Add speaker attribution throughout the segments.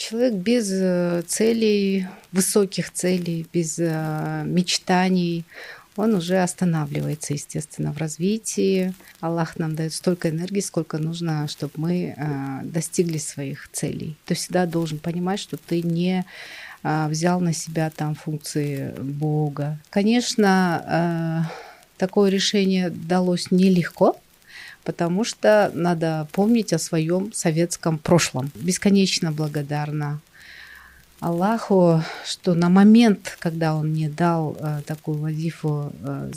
Speaker 1: Человек без целей, высоких целей, без мечтаний, он уже останавливается, естественно, в развитии. Аллах нам дает столько энергии, сколько нужно, чтобы мы достигли своих целей. Ты всегда должен понимать, что ты не взял на себя там функции Бога. Конечно, такое решение далось нелегко, потому что надо помнить о своем советском прошлом. Бесконечно благодарна Аллаху, что на момент, когда Он мне дал такую вазифу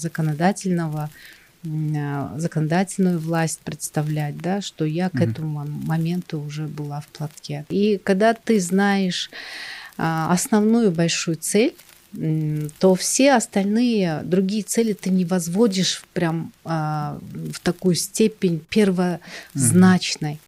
Speaker 1: законодательную власть представлять, да, что я к этому моменту уже была в платке. И когда ты знаешь основную большую цель, то все остальные другие цели ты не возводишь прям в такую степень первозначной.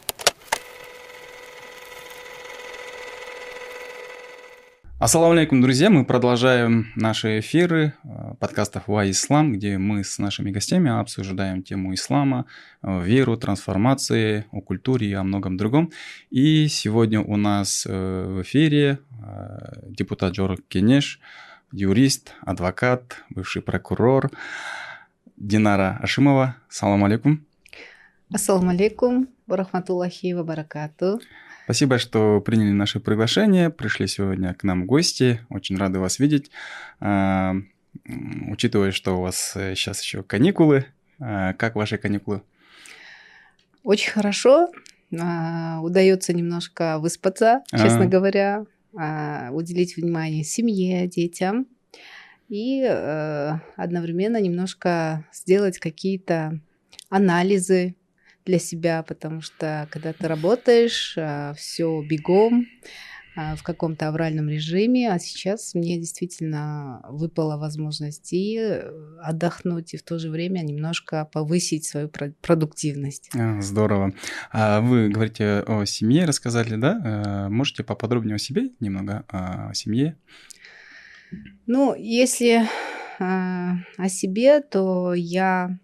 Speaker 2: Ассаламу алейкум, друзья! Мы продолжаем наши эфиры подкастов «Why Islam», где мы с нашими гостями обсуждаем тему ислама, веру, трансформации, о культуре и о многом другом. И сегодня у нас в эфире депутат Жорг Кенеш, юрист, адвокат, бывший прокурор Динара Ашимова. Салам алейкум.
Speaker 1: Ассаламу алейкум, ва рахматуллахи ва баракату.
Speaker 2: Спасибо, что приняли наше приглашение, пришли сегодня к нам в гости. Очень рады вас видеть. Учитывая, что у вас сейчас еще каникулы, как ваши каникулы?
Speaker 1: Очень хорошо. Удается немножко выспаться, честно говоря, уделить внимание семье, детям и одновременно немножко сделать какие-то анализы для себя, потому что когда ты работаешь, все бегом, в каком-то авральном режиме, а сейчас мне действительно выпала возможность и отдохнуть, и в то же время немножко повысить свою продуктивность.
Speaker 2: Здорово. Вы говорите о семье, рассказали, да? Можете поподробнее о себе немного, о семье?
Speaker 1: Ну, если о себе, то я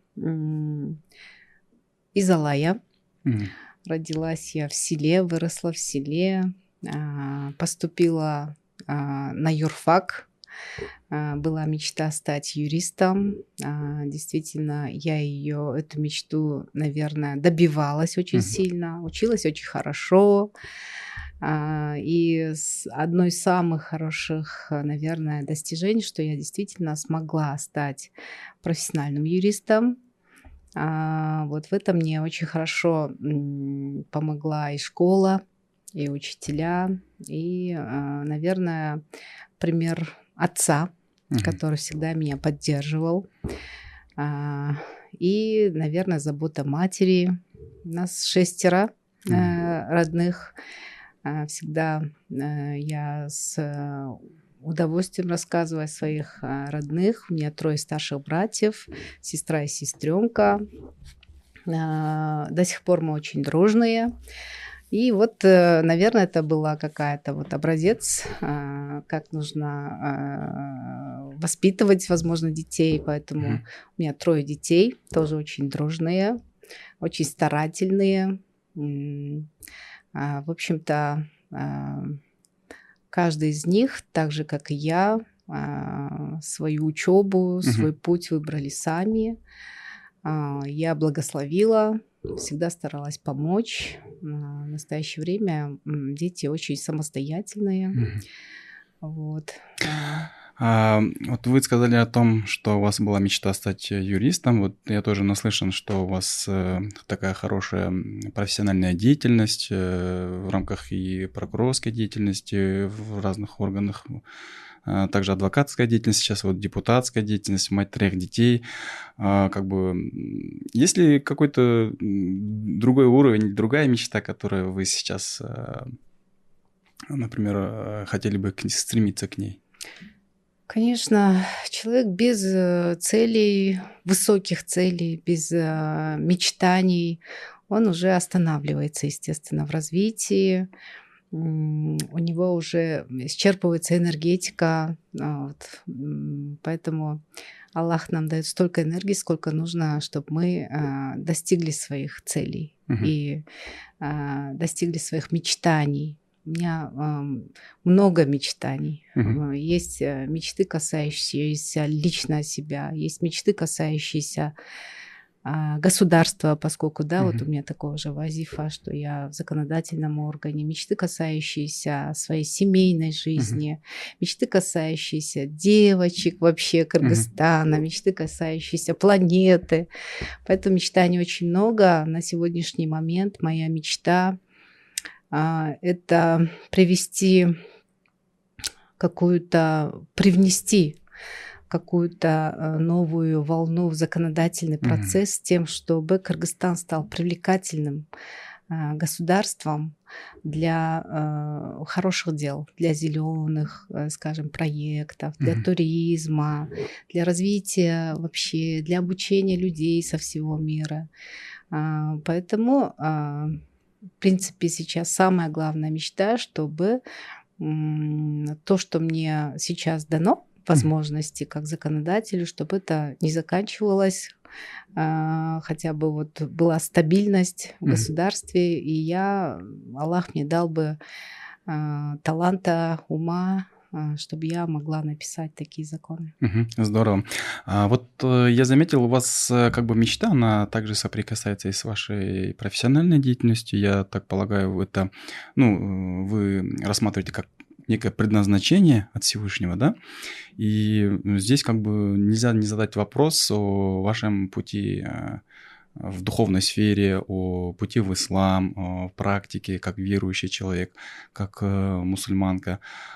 Speaker 1: из Алая. Родилась я в селе, выросла в селе, поступила на юрфак. Была мечта стать юристом. Действительно, я эту мечту, наверное, добивалась очень сильно, училась очень хорошо. И одно из самых хороших, наверное, достижений, что я действительно смогла стать профессиональным юристом. Вот в этом мне очень хорошо помогла и школа, и учителя, и, наверное, пример отца, который всегда меня поддерживал, и, наверное, забота матери. У нас 6 родных. Всегда я с удовольствием рассказываю о своих родных. У меня 3 старших братьев, сестра и сестренка. До сих пор мы очень дружные. И вот, наверное, это была какая-то вот образец, как нужно воспитывать, возможно, детей. Поэтому у меня 3 детей, тоже очень дружные, очень старательные. В общем-то, каждый из них, так же, как и я, свою учебу, свой путь выбрали сами. Я благословила, всегда старалась помочь. В настоящее время дети очень самостоятельные. Вот.
Speaker 2: Вот вы сказали о том, что у вас была мечта стать юристом. Вот я тоже наслышан, что у вас такая хорошая профессиональная деятельность в рамках и прокурорской деятельности в разных органах, также адвокатская деятельность, сейчас вот депутатская деятельность, мать 3 детей. Как бы есть ли какой-то другой уровень, другая мечта, которую вы сейчас, например, хотели бы стремиться к ней?
Speaker 1: Конечно, человек без целей, высоких целей, без мечтаний, он уже останавливается, естественно, в развитии. У него уже исчерпывается энергетика. Вот. Поэтому Аллах нам дает столько энергии, сколько нужно, чтобы мы достигли своих целей и достигли своих мечтаний. У меня много мечтаний. Есть мечты, касающиеся лично себя, есть мечты, касающиеся государства, поскольку, да, вот у меня такого же вазифа, что я в законодательном органе, мечты, касающиеся своей семейной жизни, мечты, касающиеся девочек вообще Кыргызстана, мечты, касающиеся планеты. Поэтому мечтаний очень много. На сегодняшний момент моя мечта это привнести какую-то новую волну в законодательный процесс с тем, чтобы Кыргызстан стал привлекательным государством для хороших дел, для зеленых, скажем, проектов, для туризма, для развития вообще, для обучения людей со всего мира. Поэтому, в принципе, сейчас самая главная мечта, чтобы то, что мне сейчас дано, возможности как законодателю, чтобы это не заканчивалось, хотя бы вот была стабильность в государстве, и Аллах мне дал бы таланта, ума, чтобы я могла написать такие законы.
Speaker 2: Здорово. Вот я заметил, у вас как бы мечта, она также соприкасается и с вашей профессиональной деятельностью. Я так полагаю, это, вы рассматриваете как некое предназначение от Всевышнего, да? И здесь как бы нельзя не задать вопрос о вашем пути в духовной сфере, о пути в ислам, о практике, как верующий человек, как мусульманка.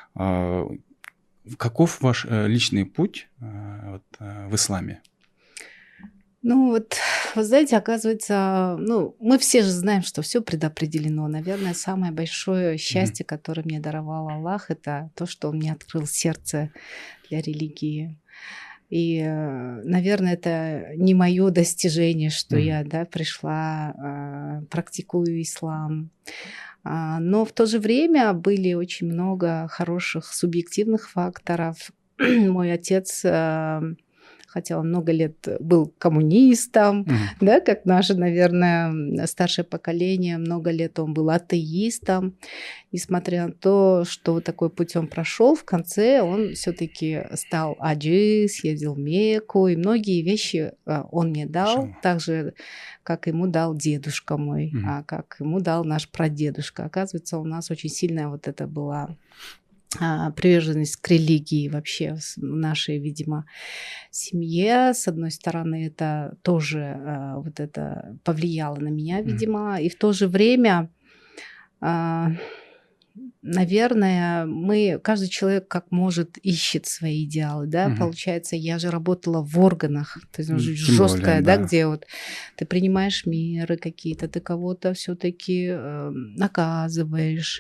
Speaker 2: Каков ваш личный путь в исламе?
Speaker 1: Вы знаете, оказывается, мы все же знаем, что все предопределено. Наверное, самое большое счастье, которое мне даровал Аллах, это то, что Он мне открыл сердце для религии. И, наверное, это не мое достижение, что я пришла, практикую ислам. Но в то же время были очень много хороших субъективных факторов. Мой отец, хотя он много лет был коммунистом, да, как наше, наверное, старшее поколение, много лет он был атеистом. Несмотря на то, что вот такой путь он прошел, в конце он все-таки стал аджи, съездил в Мекку, и многие вещи он мне дал, так же, как ему дал дедушка мой, как ему дал наш прадедушка. Оказывается, у нас очень сильная вот это была приверженность к религии вообще в нашей, видимо, семье. С одной стороны, это тоже вот это повлияло на меня, видимо. И в то же время, наверное, каждый человек как может ищет свои идеалы, да. Получается, я же работала в органах, то есть жесткая, да, где вот ты принимаешь меры какие-то, ты кого-то все-таки наказываешь.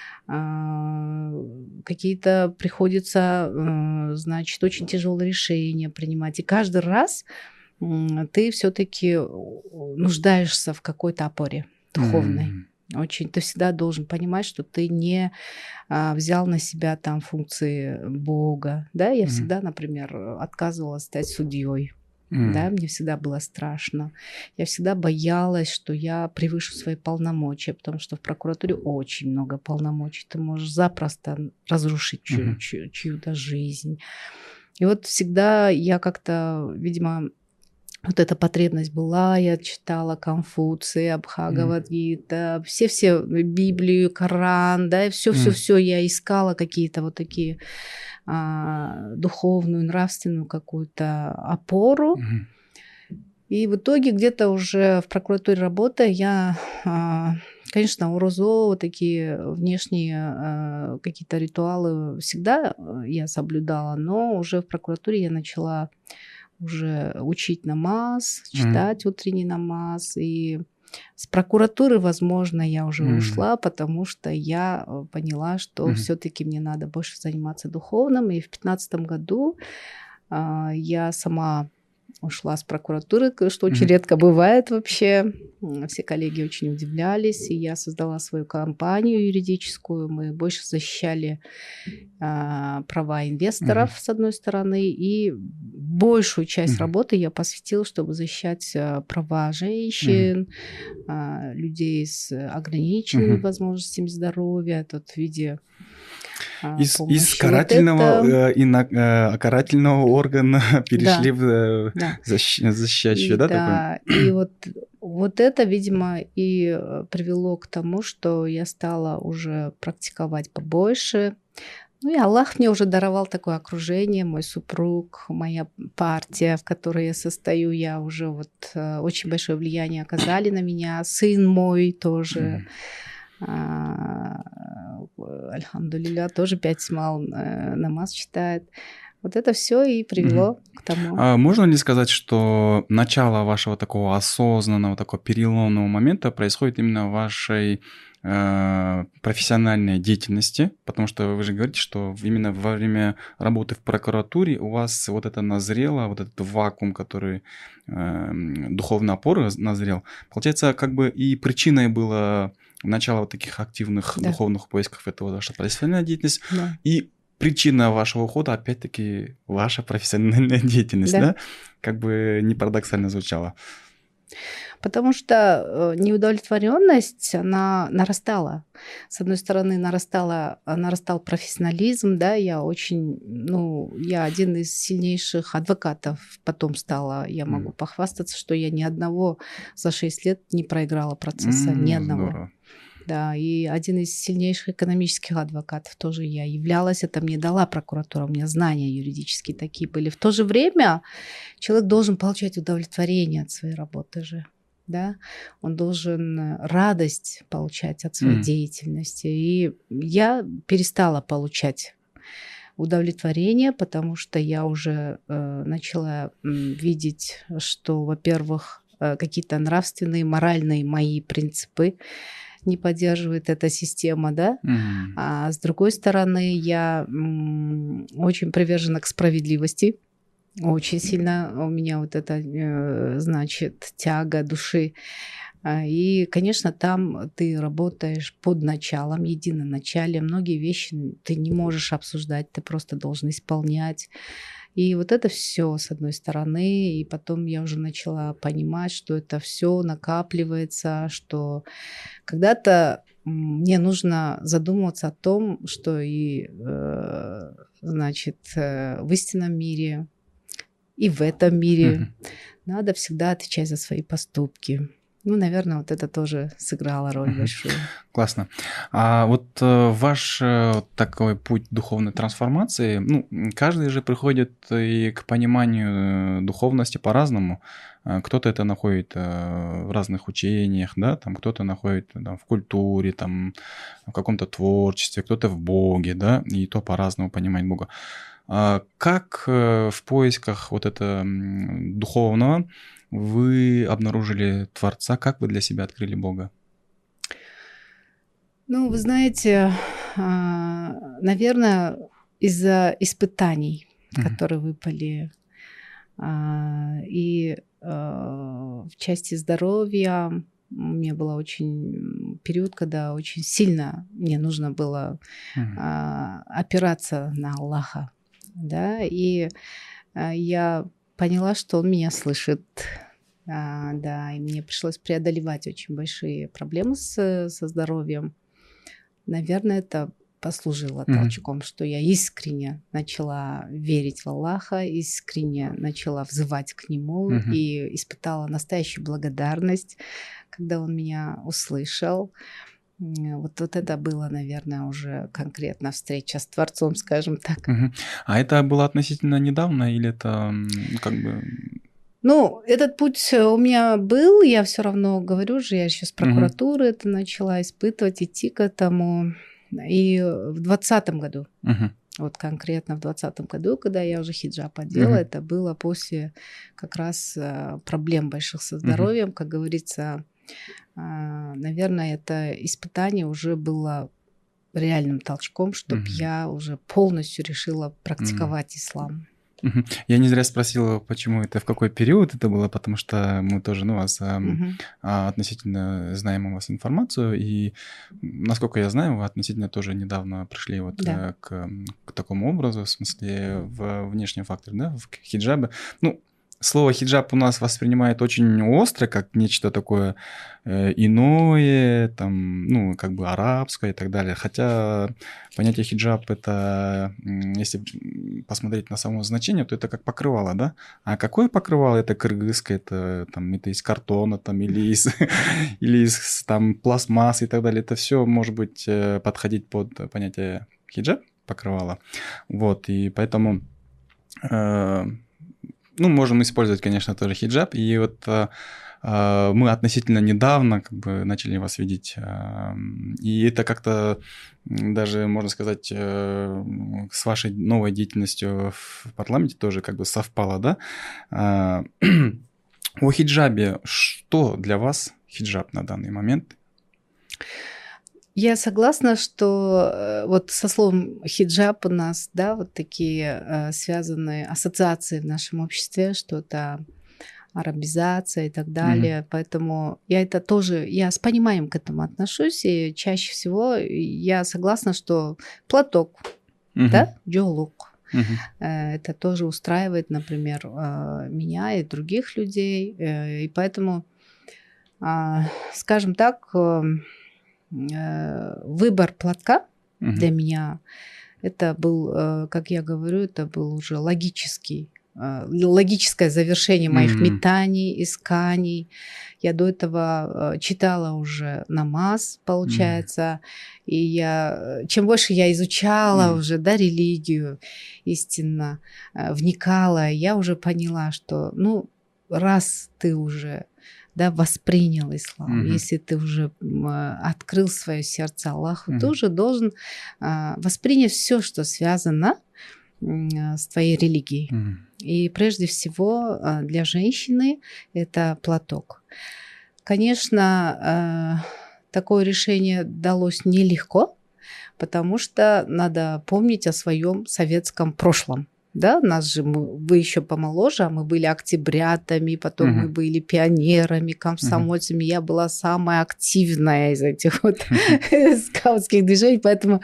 Speaker 1: Какие-то приходится, значит, очень тяжелые решения принимать. И каждый раз ты все-таки нуждаешься в какой-то опоре духовной. Очень ты всегда должен понимать, что ты не взял на себя там функции Бога. Да? Я всегда, например, отказывалась стать судьей. Да, мне всегда было страшно. Я всегда боялась, что я превышу свои полномочия, потому что в прокуратуре очень много полномочий. Ты можешь запросто разрушить чью-то жизнь. И вот всегда я как-то, видимо, вот эта потребность была. Я читала Конфуция, Бхагавад-гита, все Библию, Коран, да, и все я искала какие-то вот такие духовную, нравственную какую-то опору. И в итоге где-то уже в прокуратуре работая, я, конечно, урозо, вот такие внешние какие-то ритуалы всегда я соблюдала, но уже в прокуратуре я начала уже учить намаз, читать утренний намаз. И с прокуратуры, возможно, я уже ушла, потому что я поняла, что все-таки мне надо больше заниматься духовным. И в 2015 году я сама ушла с прокуратуры, что очень редко бывает вообще. Все коллеги очень удивлялись, и я создала свою компанию юридическую. Мы больше защищали права инвесторов, с одной стороны, и большую часть работы я посвятила, чтобы защищать права женщин, людей с ограниченными возможностями здоровья, тут в виде
Speaker 2: из карательного карательного органа перешли в защищающий, да, такой?
Speaker 1: И вот это, видимо, и привело к тому, что я стала уже практиковать побольше. Ну и Аллах мне уже даровал такое окружение, мой супруг, моя партия, в которой я состою, я уже очень большое влияние оказали на меня, сын мой тоже. Альхамдулилля, тоже 5 смал намаз читает. Вот это все и привело к тому.
Speaker 2: Можно ли сказать, что начало вашего такого осознанного, такого переломного момента происходит именно в вашей профессиональной деятельности? Потому что вы же говорите, что именно во время работы в прокуратуре у вас вот это назрело, вот этот вакуум, который духовной опоры назрел. Получается, как бы и причиной было начало вот таких активных духовных поисков — это ваша профессиональная деятельность.
Speaker 1: Да.
Speaker 2: И причина вашего ухода, опять-таки, ваша профессиональная деятельность, да? Как бы не парадоксально звучало.
Speaker 1: Потому что неудовлетворенность, она нарастала. С одной стороны, нарастал профессионализм, да, я один из сильнейших адвокатов потом стала. Я могу похвастаться, что я ни одного за 6 лет не проиграла процесса, ни одного.
Speaker 2: Здорово.
Speaker 1: Да, и один из сильнейших экономических адвокатов тоже я являлась. Это мне дала прокуратура, у меня знания юридические такие были. В то же время человек должен получать удовлетворение от своей работы же. Да? Он должен радость получать от своей деятельности. И я перестала получать удовлетворение, потому что я уже начала видеть, что, во-первых, какие-то нравственные, моральные мои принципы не поддерживает эта система, да. А с другой стороны, я очень привержена к справедливости. Очень сильно у меня вот это, значит, тяга души. И, конечно, там ты работаешь под началом, единоначалие. Многие вещи ты не можешь обсуждать, ты просто должен исполнять. И вот это все с одной стороны, и потом я уже начала понимать, что это все накапливается, что когда-то мне нужно задумываться о том, что и, значит, в истинном мире, и в этом мире надо всегда отвечать за свои поступки. Ну, наверное, вот это тоже сыграло роль большую.
Speaker 2: Классно. А вот ваш такой путь духовной трансформации, каждый же приходит и к пониманию духовности по-разному. Кто-то это находит в разных учениях, да, там кто-то находит в культуре, там, в каком-то творчестве, кто-то в Боге, да, и то по-разному понимает Бога. Как в поисках вот этого духовного вы обнаружили Творца? Как вы для себя открыли Бога?
Speaker 1: Ну, вы знаете, наверное, из-за испытаний, которые выпали, и в части здоровья у меня был очень период, когда очень сильно мне нужно было опираться на Аллаха, да, и я поняла, что Он меня слышит, да, и мне пришлось преодолевать очень большие проблемы со здоровьем. Наверное, это послужило толчком, что я искренне начала верить в Аллаха, искренне начала взывать к Нему и испытала настоящую благодарность, когда Он меня услышал. Вот это было, наверное, уже конкретно встреча с Творцом, скажем так.
Speaker 2: А это было относительно недавно или это как бы...
Speaker 1: Ну, этот путь у меня был, я все равно говорю же, я еще с прокуратуры это начала испытывать, идти к этому. И в 2020 году, вот конкретно в 2020 году, когда я уже хиджаб одела, это было после как раз проблем больших со здоровьем, как говорится, наверное, это испытание уже было реальным толчком, чтобы я уже полностью решила практиковать ислам.
Speaker 2: Я не зря спросил, почему это, в какой период это было, потому что мы тоже, вас относительно знаем у вас информацию, и, насколько я знаю, вы относительно тоже недавно пришли вот
Speaker 1: Да.
Speaker 2: к такому образу, в смысле, в внешнем факторе, да, в хиджабе. Ну, слово хиджаб у нас воспринимает очень остро, как нечто такое иное, там, как бы арабское и так далее. Хотя понятие хиджаб это, если посмотреть на само значение, то это как покрывало, да? А какое покрывало? Это кыргызское, это из картона, или из там пластмассы и так далее. Это все может быть подходить под понятие хиджаб, покрывало. Вот, и поэтому можем использовать, конечно, тоже хиджаб. И вот мы относительно недавно начали вас видеть. И это как-то даже, можно сказать, с вашей новой деятельностью в парламенте тоже совпало, да? О хиджабе. Что для вас хиджаб на данный момент?
Speaker 1: Я согласна, что вот со словом хиджаб у нас, да, вот такие связанные ассоциации в нашем обществе, что это арабизация и так далее. Поэтому я с пониманием к этому отношусь, и чаще всего я согласна, что платок, да, джолук, это тоже устраивает, например, меня и других людей. И поэтому, скажем так, выбор платка для меня, это был, как я говорю, это был уже логическое завершение моих метаний, исканий. Я до этого читала уже намаз, получается, и чем больше я изучала уже, да, религию, истинно вникала, я уже поняла, что, раз ты уже, да, воспринял ислам, если ты уже открыл свое сердце Аллаху, ты уже должен воспринять все, что связано с твоей религией. И прежде всего для женщины это платок. Конечно, такое решение далось нелегко, потому что надо помнить о своем советском прошлом. Да, вы еще помоложе, а мы были октябрятами, потом мы были пионерами, комсомольцами. Я была самая активная из этих вот скаутских движений, поэтому,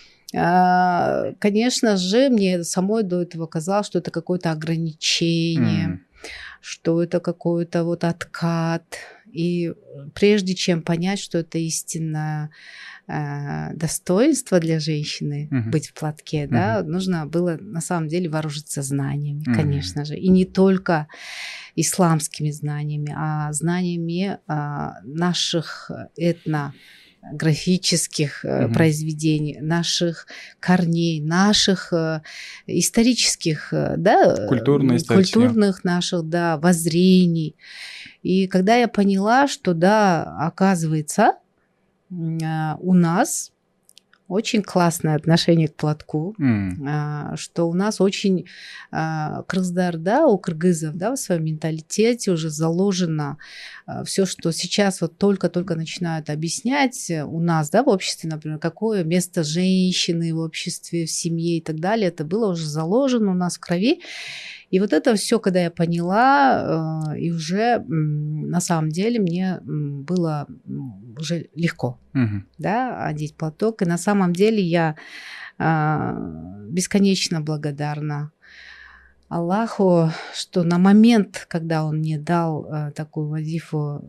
Speaker 1: конечно же, мне самой до этого казалось, что это какое-то ограничение, что это какой-то вот откат. И прежде чем понять, что это истинное достоинство для женщины быть в платке, да, нужно было на самом деле вооружиться знаниями, конечно же. И не только исламскими знаниями, а знаниями наших этнографических произведений, наших корней, наших исторических, да, культурных наших, да, воззрений. И когда я поняла, что, да, оказывается, у нас очень классное отношение к платку, что у нас очень кыргыздар, да, у кыргызов, да, в своем менталитете уже заложено все, что сейчас вот только-только начинают объяснять у нас, да, в обществе, например, какое место женщины в обществе, в семье и так далее, это было уже заложено у нас в крови. И вот это все, когда я поняла, и уже на самом деле мне было уже легко, да, одеть платок. И на самом деле я бесконечно благодарна Аллаху, что на момент, когда Он мне дал такую вазифу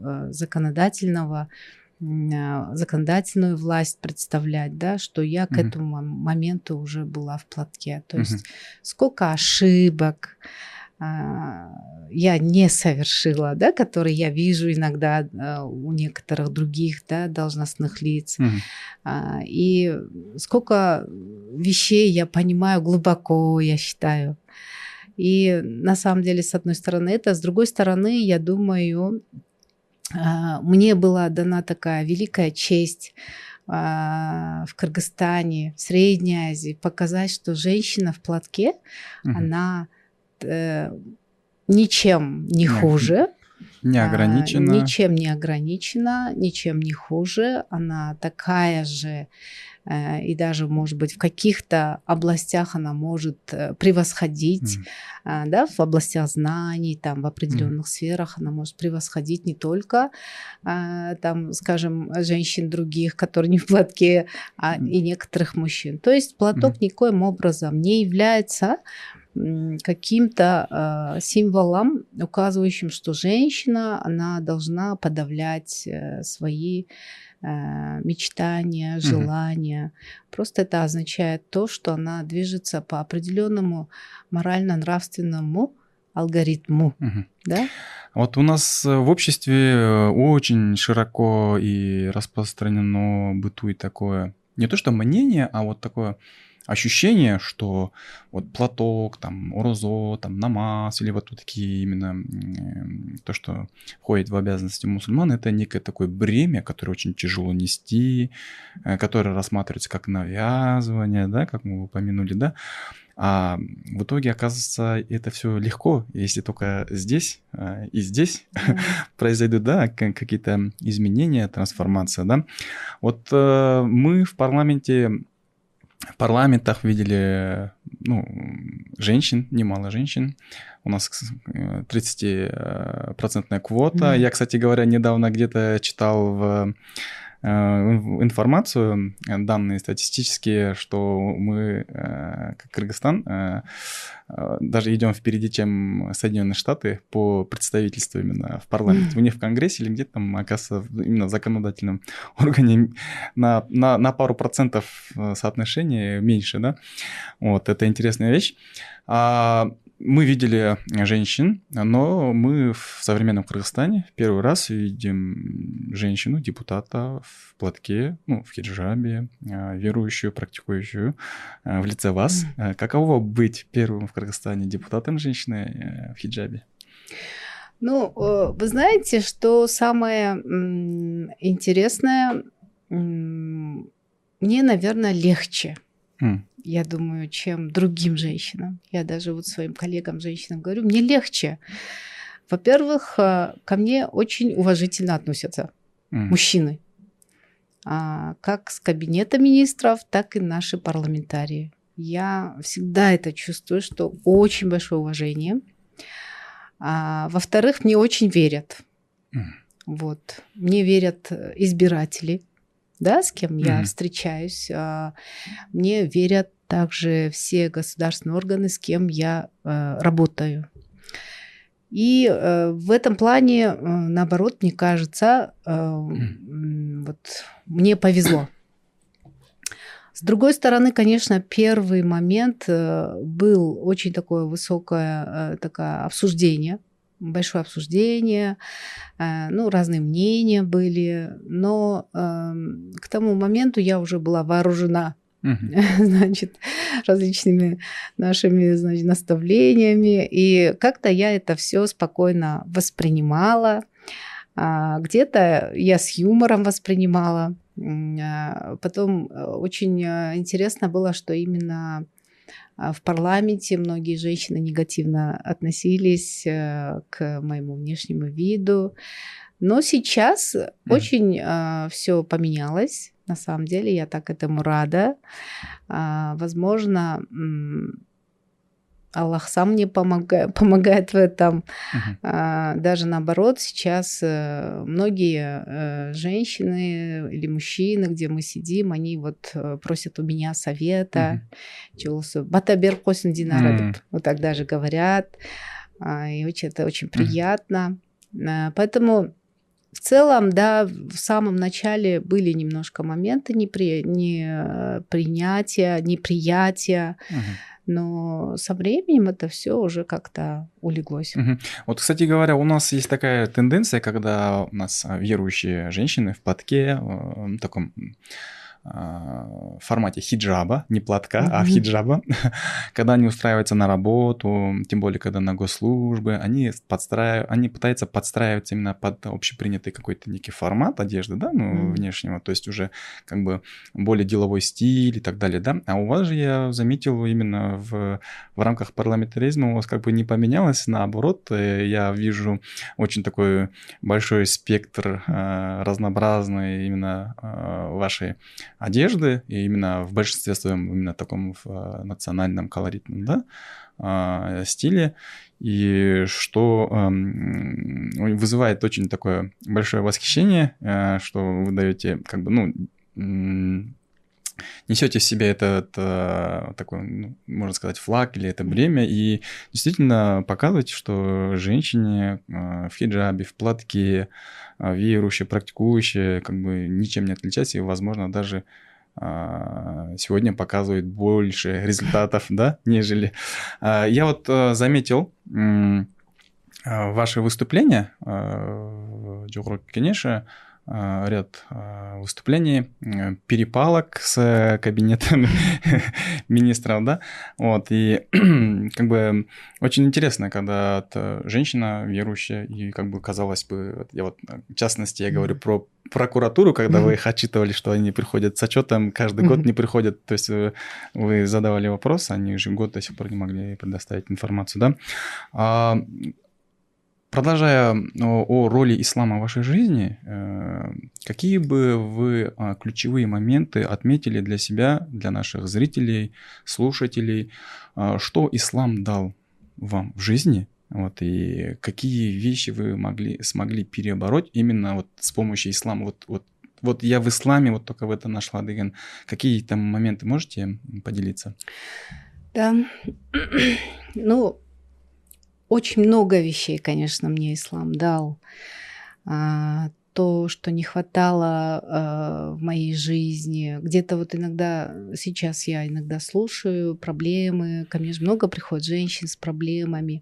Speaker 1: законодательную власть представлять, да, что я к этому моменту уже была в платке. То есть сколько ошибок я не совершила, да, которые я вижу иногда у некоторых других, да, должностных лиц. И сколько вещей я понимаю глубоко, я считаю. И на самом деле, с одной стороны это, с другой стороны, я думаю, мне была дана такая великая честь в Кыргызстане, в Средней Азии показать, что женщина в платке, она ничем не хуже,
Speaker 2: Не ограничена.
Speaker 1: Ничем не ограничена, ничем не хуже. Она такая же, и даже, может быть, в каких-то областях она может превосходить, да, в областях знаний, там, в определенных сферах она может превосходить не только, там, скажем, женщин других, которые не в платке, и некоторых мужчин. То есть платок никоим образом не является каким-то символом, указывающим, что женщина, она должна подавлять свои мечтания, желания. Просто это означает то, что она движется по определенному морально-нравственному алгоритму. Да?
Speaker 2: Вот у нас в обществе очень широко и распространено бытует такое, не то что мнение, а вот такое ощущение, что вот платок, там, орозо, там, намаз, или вот такие именно то, что входит в обязанности мусульман, это некое такое бремя, которое очень тяжело нести, которое рассматривается как навязывание, да, как мы упомянули, да. А в итоге, оказывается, это все легко, если только здесь и здесь произойдут, да, какие-то изменения, трансформация, да. Вот мы в парламентах видели, ну, женщин, немало женщин. У нас 30% квота. Я, кстати говоря, недавно где-то читал информацию, данные статистические, что мы, как Кыргызстан, даже идем впереди, чем Соединенные Штаты по представительству именно в парламенте. Не в Конгрессе или где-то там, оказывается, именно в законодательном органе на пару процентов соотношения меньше, да. Вот, это интересная вещь. Мы видели женщин, но мы в современном Кыргызстане в первый раз видим женщину, депутата в платке, ну, в хиджабе, верующую, практикующую в лице вас. Каково быть первым в Кыргызстане депутатом женщины в хиджабе?
Speaker 1: Ну, вы знаете, что самое интересное, мне, наверное, легче. Я думаю, чем другим женщинам. Я даже вот своим коллегам-женщинам говорю, мне легче. Во-первых, ко мне очень уважительно относятся мужчины. Как с кабинета министров, так и наши парламентарии. Я всегда это чувствую, что очень большое уважение. Во-вторых, мне очень верят. Вот. Мне верят избиратели, да, с кем я встречаюсь. Мне верят также все государственные органы, с кем я работаю. И в этом плане, наоборот, мне кажется, вот мне повезло. С другой стороны, конечно, первый момент был очень такое высокое такое обсуждение, большое обсуждение, ну, разные мнения были, но к тому моменту я уже была вооружена, значит, различными нашими, значит, наставлениями, и как-то я это все спокойно воспринимала. Где-то я с юмором воспринимала. Потом очень интересно было, что именно в парламенте многие женщины негативно относились к моему внешнему виду. Но сейчас очень все поменялось. На самом деле я так этому рада. Возможно, Аллах сам мне помогает в этом. Даже наоборот, сейчас многие женщины или мужчины, где мы сидим, они вот просят у меня совета. Батабер косин динара, вот так даже говорят. И это очень приятно. Поэтому в целом, да, в самом начале были немножко моменты неприятия, но со временем это все уже как-то улеглось.
Speaker 2: Вот, кстати говоря, у нас есть такая тенденция, когда у нас верующие женщины в платке, таком в формате хиджаба, не платка, а хиджаба, когда они устраиваются на работу, тем более, когда на госслужбы, они пытаются подстраиваться именно под общепринятый какой-то некий формат одежды, да, внешнего, то есть уже как бы более деловой стиль и так далее, да. А у вас же, я заметил, именно в рамках парламентаризма у вас как бы не поменялось, наоборот, я вижу очень такой большой спектр разнообразной именно вашей одежды, и именно в большинстве своем именно таком в национальном колоритном, да, стиле, и что вызывает очень такое большое восхищение, что вы даете как бы, ну, несете в себе этот такой, ну, можно сказать, флаг или это бремя, и действительно показываете, что женщине в хиджабе, в платке, верующие, практикующие, как бы ничем не отличаются, и, возможно, даже сегодня показывает больше результатов, да, нежели... Я вот заметил ваше выступление в Джохрок Кенеша, ряд выступлений, перепалок с кабинетом министров, да, вот, и как бы очень интересно, когда женщина верующая, и как бы казалось бы, я вот, в частности, я говорю про прокуратуру, когда вы их отчитывали, что они приходят с отчетом, каждый год не приходят, то есть вы задавали вопрос, они же год до сих пор не могли предоставить информацию, да. Продолжая о роли ислама в вашей жизни, какие бы вы ключевые моменты отметили для себя, для наших зрителей, слушателей, что ислам дал вам в жизни, вот, и какие вещи вы смогли перебороть именно вот с помощью ислама? Вот я в исламе вот только в это нашла, Деген. Какие там моменты можете поделиться?
Speaker 1: Да, ну, очень много вещей, конечно, мне ислам дал. То, что не хватало в моей жизни. Где-то вот иногда, сейчас я иногда слушаю проблемы, ко мне же много приходит женщин с проблемами,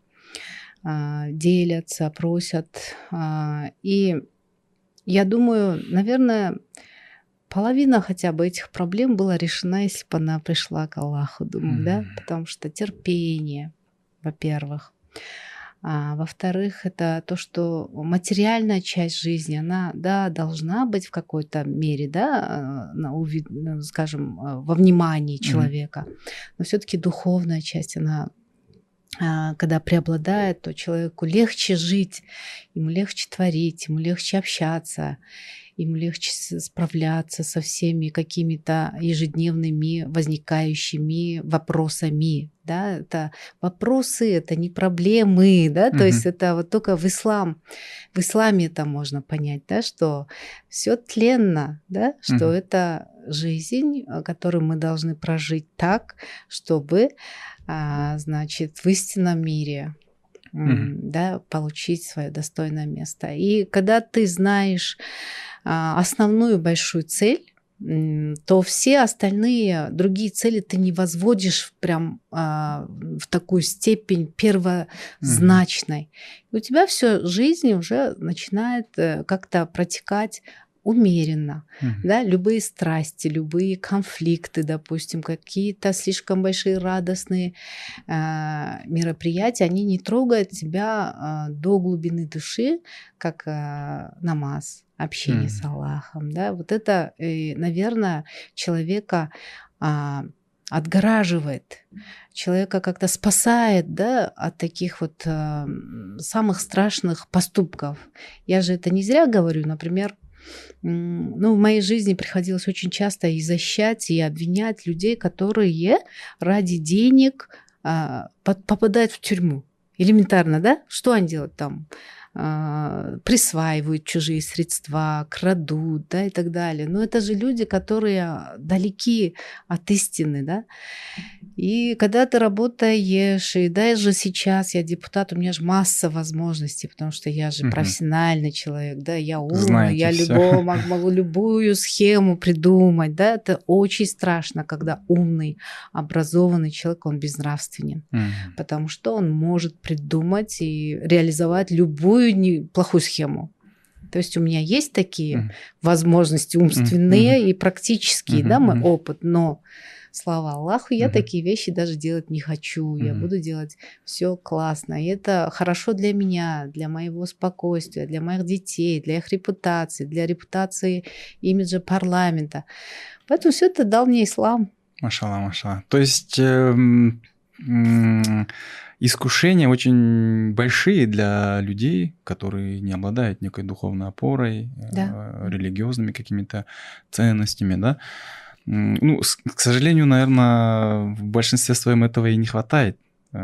Speaker 1: делятся, просят. И я думаю, наверное, половина хотя бы этих проблем была решена, если бы она пришла к Аллаху, думаю, да, потому что терпение, во-первых. Во-вторых, это то, что материальная часть жизни, она, да, должна быть в какой-то мере, да, скажем, во внимании человека, но все-таки духовная часть, она, когда преобладает, то человеку легче жить, ему легче творить, ему легче общаться, ему легче справляться со всеми какими-то ежедневными возникающими вопросами. Да? Это вопросы, это не проблемы, да? То есть это вот только в исламе это можно понять, да? Что все тленно, да? Что это жизнь, которую мы должны прожить так, чтобы, значит, в истинном мире, да, получить свое достойное место. И когда ты знаешь основную большую цель, то все остальные другие цели ты не возводишь прям в такую степень первозначной. И у тебя все жизнь уже начинает как-то протекать умеренно, да, любые страсти, любые конфликты, допустим, какие-то слишком большие радостные мероприятия, они не трогают тебя до глубины души, как намаз, общение с Аллахом, да, вот это, наверное, человека отгораживает, человека как-то спасает, да, от таких вот самых страшных поступков. Я же это не зря говорю, например, ну, в моей жизни приходилось очень часто и защищать, и обвинять людей, которые ради денег попадают в тюрьму. Элементарно, да? Что они делают там? Присваивают чужие средства, крадут, да, и так далее. Но это же люди, которые далеки от истины, да. И когда ты работаешь, и даже сейчас я депутат, у меня же масса возможностей, потому что я же профессиональный человек, да, я умный, знаете, я могу любую схему придумать, да, это очень страшно, когда умный, образованный человек, он безнравственен, потому что он может придумать и реализовать любую плохую схему. То есть у меня есть такие возможности умственные и практические, да, мой опыт, но слава Аллаху, я такие вещи даже делать не хочу. Я буду делать все классно. И это хорошо для меня, для моего спокойствия, для моих детей, для их репутации, для репутации имиджа парламента. Поэтому все это дал мне ислам.
Speaker 2: Машаллах, машаллах. То есть искушения очень большие для людей, которые не обладают некой духовной опорой, религиозными какими-то ценностями, да. Ну, к сожалению, наверное, в большинстве своем этого и не хватает,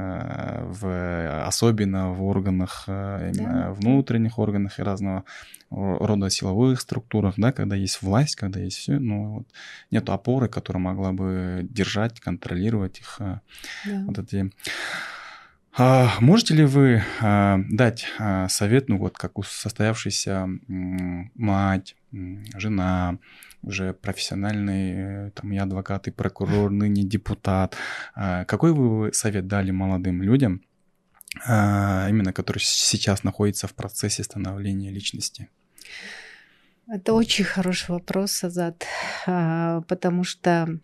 Speaker 2: особенно в органах, именно внутренних органах и разного рода силовых структурах, да, когда есть власть, когда есть все, но вот нет опоры, которая могла бы держать, контролировать их, вот эти. Можете ли вы дать совет, ну вот как у состоявшейся мать, жена, уже профессиональный, там, и адвокат, и прокурор, ныне депутат. Какой вы совет дали молодым людям, именно которые сейчас находятся в процессе становления личности?
Speaker 1: Это очень хороший вопрос, Азат, потому что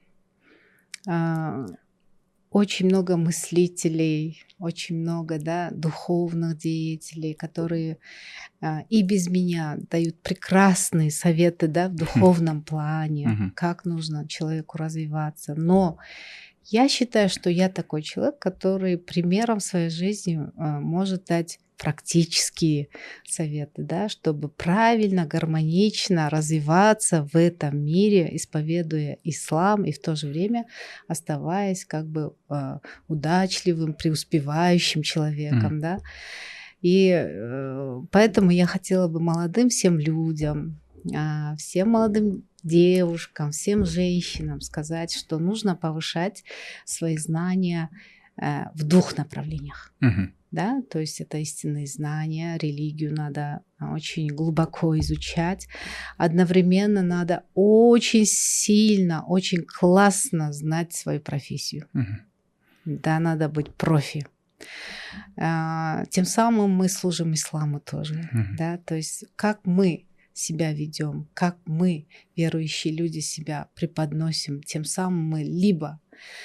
Speaker 1: очень много мыслителей, очень много, да, духовных деятелей, которые и без меня дают прекрасные советы, да, в духовном плане, как нужно человеку развиваться. Но я считаю, что я такой человек, который примером в своей жизни может дать практические советы, да, чтобы правильно, гармонично развиваться в этом мире, исповедуя ислам и в то же время оставаясь как бы удачливым, преуспевающим человеком, да. И поэтому я хотела бы молодым всем людям, всем молодым девушкам, всем женщинам сказать, что нужно повышать свои знания в двух направлениях. Да, то есть это истинные знания, религию надо очень глубоко изучать. Одновременно надо очень сильно, очень классно знать свою профессию. Да, надо быть профи. Тем самым мы служим исламу тоже. Да, то есть как мы себя ведем, как мы, верующие люди, себя преподносим, тем самым мы либо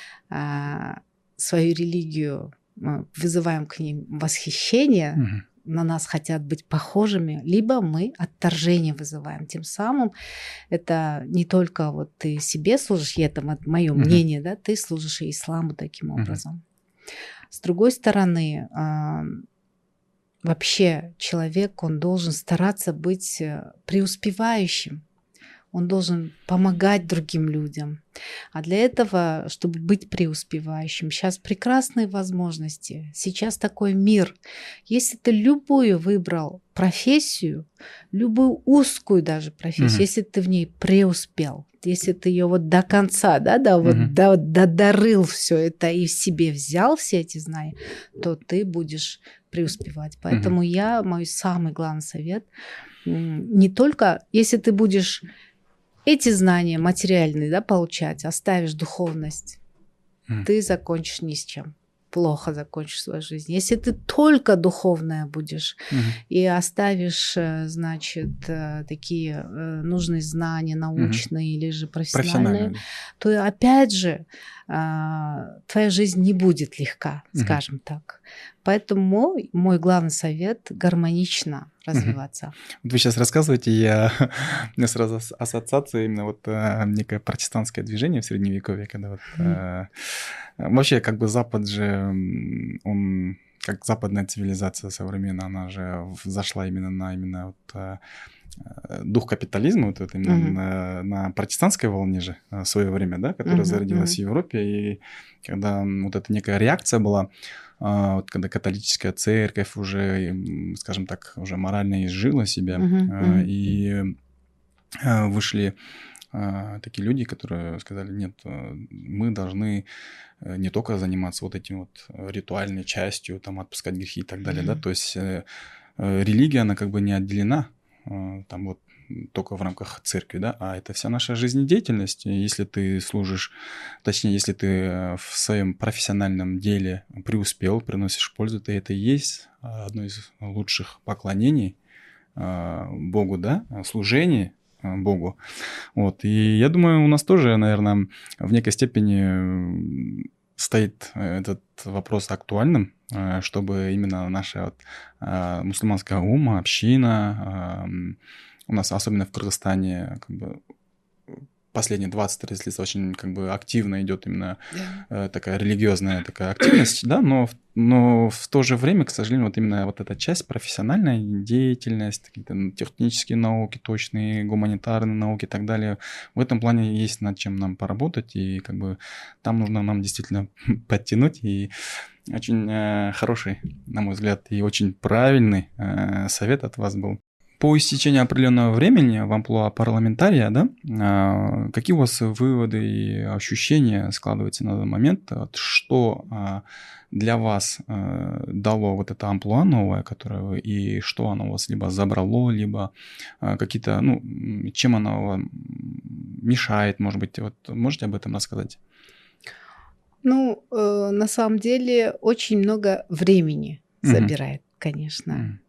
Speaker 1: свою религию вызываем к ним восхищение, на нас хотят быть похожими, либо мы отторжение вызываем. Тем самым это не только вот ты себе служишь, и это мое мнение, да, ты служишь и исламу таким образом. С другой стороны, вообще человек, он должен стараться быть преуспевающим. Он должен помогать другим людям. А для этого, чтобы быть преуспевающим, сейчас прекрасные возможности. Сейчас такой мир. Если ты любую выбрал профессию, любую узкую даже профессию, если ты в ней преуспел, если ты ее вот до конца, дорыл все это и в себе взял все эти знания, то ты будешь преуспевать. Поэтому мой самый главный совет, не только, если ты будешь эти знания материальные, да, получать, оставишь духовность, ты закончишь ни с чем. Плохо закончишь свою жизнь. Если ты только духовная будешь и оставишь, значит, такие нужные знания научные или же профессиональные, то опять же твоя жизнь не будет легка, скажем так. Поэтому мой главный совет – гармонично развиваться.
Speaker 2: Вот вы сейчас рассказываете, у меня сразу ассоциация именно вот некое протестантское движение в Средневековье, когда вот вообще как бы Запад же, он как западная цивилизация современная, она же зашла именно на вот дух капитализма, вот это именно на протестантской волне же в свое время, да, которая зародилась в Европе, и когда вот эта некая реакция была, вот когда католическая церковь уже, скажем так, уже морально изжила себя, и вышли такие люди, которые сказали, нет, мы должны не только заниматься вот этим вот ритуальной частью, там, отпускать грехи и так далее, да, то есть религия, она как бы не отделена там вот только в рамках церкви, да, а это вся наша жизнедеятельность. Если ты служишь, точнее, если ты в своем профессиональном деле преуспел, приносишь пользу, то это и есть одно из лучших поклонений Богу, да, служение Богу. Вот. И я думаю, у нас тоже, наверное, в некой степени стоит этот вопрос актуальным, чтобы именно наша вот, мусульманская умма, община, у нас, особенно в Кыргызстане, как бы последние 20-30 лет очень как бы активно идет именно такая религиозная такая активность, да, но в то же время, к сожалению, вот именно вот эта часть, профессиональная деятельность, какие-то технические науки, точные, гуманитарные науки и так далее, в этом плане есть над чем нам поработать, и как бы там нужно нам действительно подтянуть, и очень хороший, на мой взгляд, и очень правильный совет от вас был. По истечении определенного времени в амплуа парламентария, да, какие у вас выводы и ощущения складываются на данный момент? Вот что для вас дало вот это амплуа новое, которое вы, и что оно у вас либо забрало, либо какие-то, ну, чем оно вам мешает, может быть, вот можете об этом рассказать?
Speaker 1: Ну, на самом деле очень много времени
Speaker 2: Мгм.
Speaker 1: забирает, конечно,
Speaker 2: Мгм.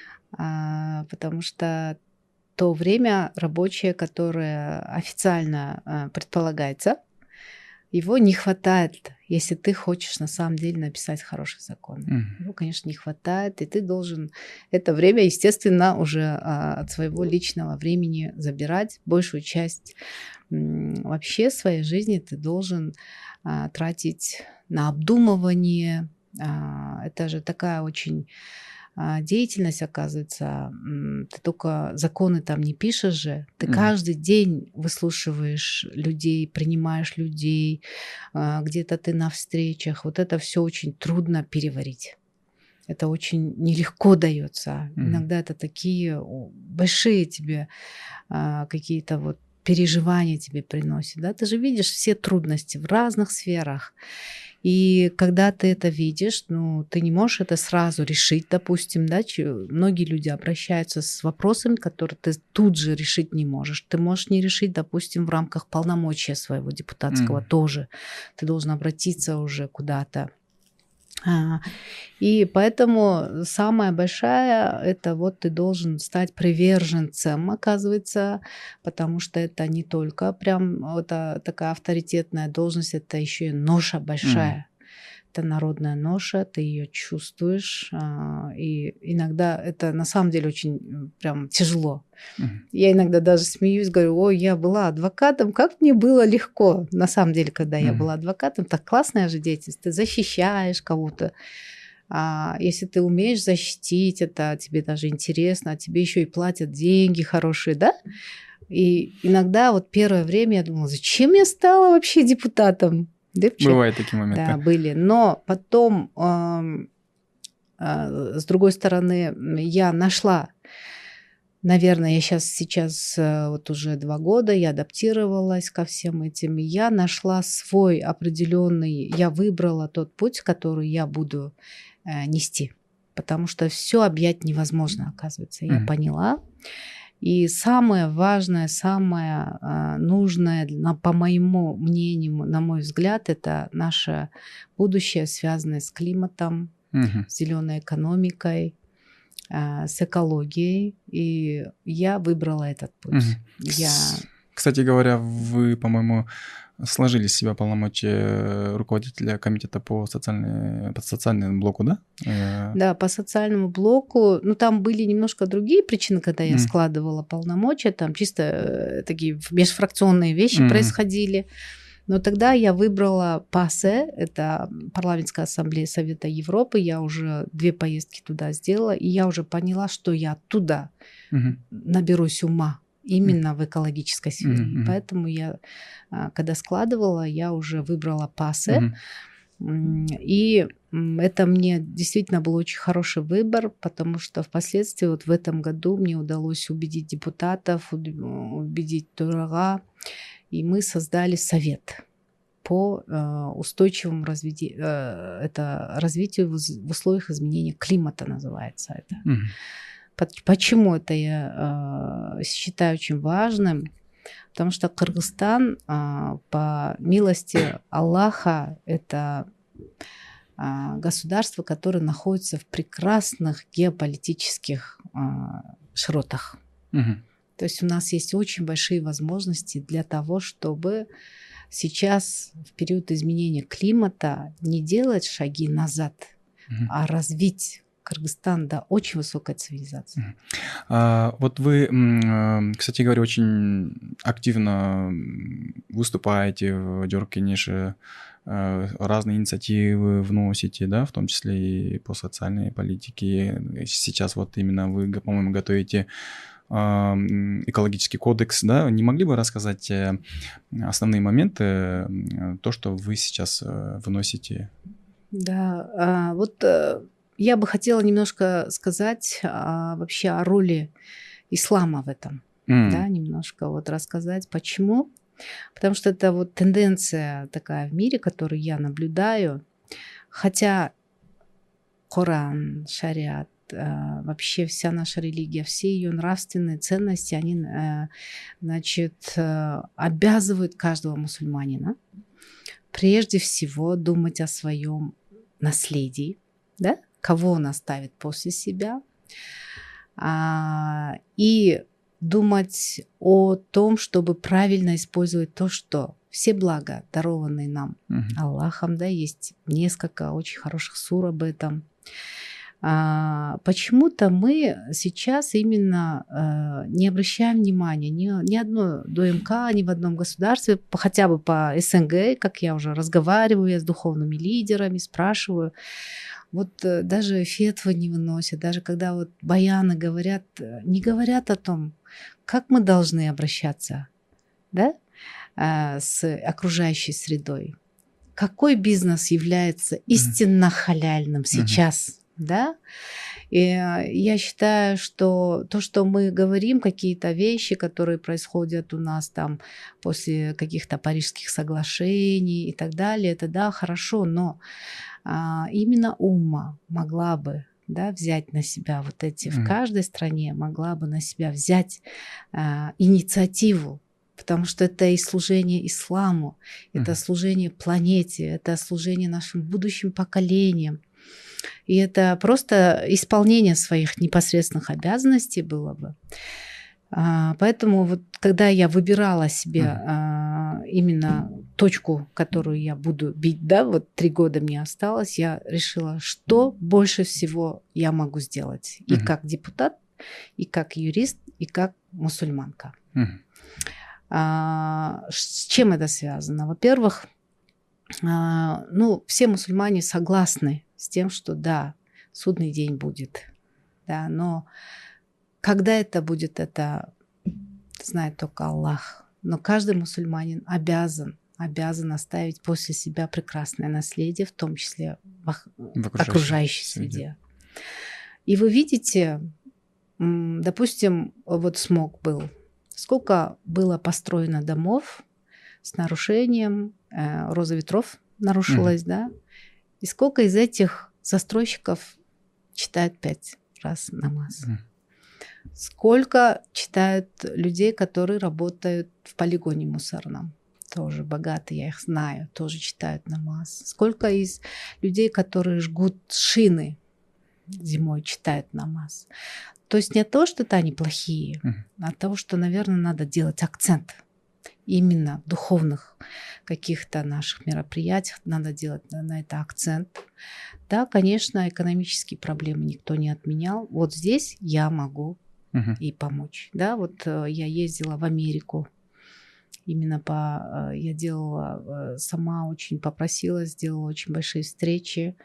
Speaker 1: потому что то время рабочее, которое официально предполагается, его не хватает, если ты хочешь на самом деле написать хороший закон.
Speaker 2: Мгм.
Speaker 1: Его, конечно, не хватает, и ты должен это время, естественно, уже от своего личного времени забирать. Большую часть вообще своей жизни ты должен тратить на обдумывание. Это же такая очень деятельность, оказывается. Ты только законы там не пишешь же. Ты
Speaker 2: Мгм.
Speaker 1: каждый день выслушиваешь людей, принимаешь людей, где-то ты на встречах. Вот это все очень трудно переварить. Это очень нелегко дается.
Speaker 2: Мгм.
Speaker 1: Иногда это такие большие тебе какие-то вот переживания тебе приносит. Да? Ты же видишь все трудности в разных сферах. И когда ты это видишь, ну, ты не можешь это сразу решить, допустим, да, многие люди обращаются с вопросами, которые ты тут же решить не можешь. Ты можешь не решить, допустим, в рамках полномочия своего депутатского
Speaker 2: Мгм.
Speaker 1: тоже. Ты должен обратиться уже куда-то. А, И поэтому самая большая, это вот ты должен стать приверженцем, оказывается, потому что это не только прям это такая авторитетная должность, это еще и ноша
Speaker 2: Мгм.
Speaker 1: большая. Это народная ноша, ты ее чувствуешь, и иногда это на самом деле очень прям тяжело.
Speaker 2: Мгм.
Speaker 1: Я иногда даже смеюсь, говорю: ой, я была адвокатом, как мне было легко. На самом деле, когда я
Speaker 2: Мгм.
Speaker 1: была адвокатом, так классная же деятельность, ты защищаешь кого-то. Если ты умеешь защитить это, тебе даже интересно, а тебе еще и платят деньги хорошие, да? И иногда вот первое время я думала: зачем я стала вообще депутатом? Да, вообще,
Speaker 2: Бывают такие моменты.
Speaker 1: да, были. Но потом, с другой стороны, я нашла, наверное, я сейчас вот уже 2 года, я адаптировалась ко всем этим, и я нашла свой определенный, я выбрала тот путь, который я буду нести, потому что все объять невозможно, оказывается, я
Speaker 2: Мгм.
Speaker 1: поняла. И самое важное, самое нужное, по моему мнению, на мой взгляд, это наше будущее, связанное с климатом,
Speaker 2: Мгм.
Speaker 1: с зеленой экономикой, с экологией. И я выбрала этот путь.
Speaker 2: Мгм. Кстати говоря, вы, по-моему, сложили с себя полномочия руководителя комитета по социальному блоку, да?
Speaker 1: Да, по социальному блоку, ну, там были немножко другие причины, когда я
Speaker 2: М.
Speaker 1: складывала полномочия, там чисто такие межфракционные вещи
Speaker 2: Мгм.
Speaker 1: происходили. Но тогда я выбрала ПАСЕ, это Парламентская ассамблея Совета Европы. Я уже 2 поездки туда сделала, и я уже поняла, что я оттуда
Speaker 2: Мгм.
Speaker 1: наберусь ума
Speaker 2: М.
Speaker 1: именно в экологической сфере.
Speaker 2: Мгм.
Speaker 1: И
Speaker 2: Мгм.
Speaker 1: поэтому я, когда складывала, я уже выбрала ПАСЕ.
Speaker 2: Мгм.
Speaker 1: И это мне действительно был очень хороший выбор, потому что впоследствии вот в этом году мне удалось убедить депутатов, убедить Турага, и мы создали совет по устойчивому развитию в условиях изменения климата, называется это.
Speaker 2: Мгм.
Speaker 1: Почему это я считаю очень важным? Потому что Кыргызстан, по милости Аллаха, это государство, которое находится в прекрасных геополитических широтах.
Speaker 2: Мгм.
Speaker 1: То есть у нас есть очень большие возможности для того, чтобы сейчас в период изменения климата не делать шаги назад,
Speaker 2: Мгм.
Speaker 1: а развить Кыргызстан до очень высокой цивилизации.
Speaker 2: Мгм. Вот вы, кстати говоря, очень активно выступаете в Дёркенеше, разные инициативы вносите, да, в том числе и по социальной политике. Сейчас вот именно вы, по-моему, готовите экологический кодекс, да? Не могли бы рассказать основные моменты, то, что вы сейчас выносите?
Speaker 1: Да, я бы хотела немножко сказать вообще о роли ислама в этом. Да, немножко вот рассказать, почему. Потому что это вот тенденция такая в мире, которую я наблюдаю. Хотя Коран, шариат, вообще вся наша религия, все ее нравственные ценности, они, обязывают каждого мусульманина прежде всего думать о своем наследии, да? Кого он оставит после себя, и думать о том, чтобы правильно использовать то, что все блага, дарованные нам Аллахом, да, есть несколько очень хороших сур об этом. Почему-то мы сейчас именно не обращаем внимания ни одно ДМК, ни в одном государстве, хотя бы по СНГ, как я уже разговариваю я с духовными лидерами, спрашиваю. Вот даже фетвы не выносят, даже когда вот баяны говорят, не говорят о том, как мы должны обращаться, да, с окружающей средой. Какой бизнес является истинно халяльным сейчас, да? И я считаю, что то, что мы говорим, какие-то вещи, которые происходят у нас там после каких-то парижских соглашений и так далее, это да, хорошо, но именно умма могла бы, да, взять на себя вот эти, в каждой стране могла бы на себя взять инициативу, потому что это и служение исламу, это служение планете, это служение нашим будущим поколениям. И это просто исполнение своих непосредственных обязанностей было бы. Поэтому вот когда я выбирала себе именно точку, которую я буду бить, да, вот 3 года мне осталось, я решила, что больше всего я могу сделать. И как депутат, и как юрист, и как мусульманка. С чем это связано? Во-первых, все мусульмане согласны с тем, что да, судный день будет, да, но когда это будет, это знает только Аллах. Но каждый мусульманин обязан оставить после себя прекрасное наследие, в том числе в окружающей среде. И вы видите, допустим, вот смог был. Сколько было построено домов с нарушением, роза ветров нарушилась, да? И сколько из этих застройщиков читают 5 раз намаз? Сколько читают людей, которые работают в полигоне мусорном? Тоже богатые, я их знаю, тоже читают намаз. Сколько из людей, которые жгут шины зимой, читают намаз? То есть не то, что это они плохие, а того, что, наверное, надо делать акцент. Именно в духовных каких-то наших мероприятиях надо делать на это акцент. Да, конечно, экономические проблемы никто не отменял. Вот здесь я могу и помочь. Да, вот я ездила в Америку. Именно я делала, сама очень попросила, сделала очень большие встречи,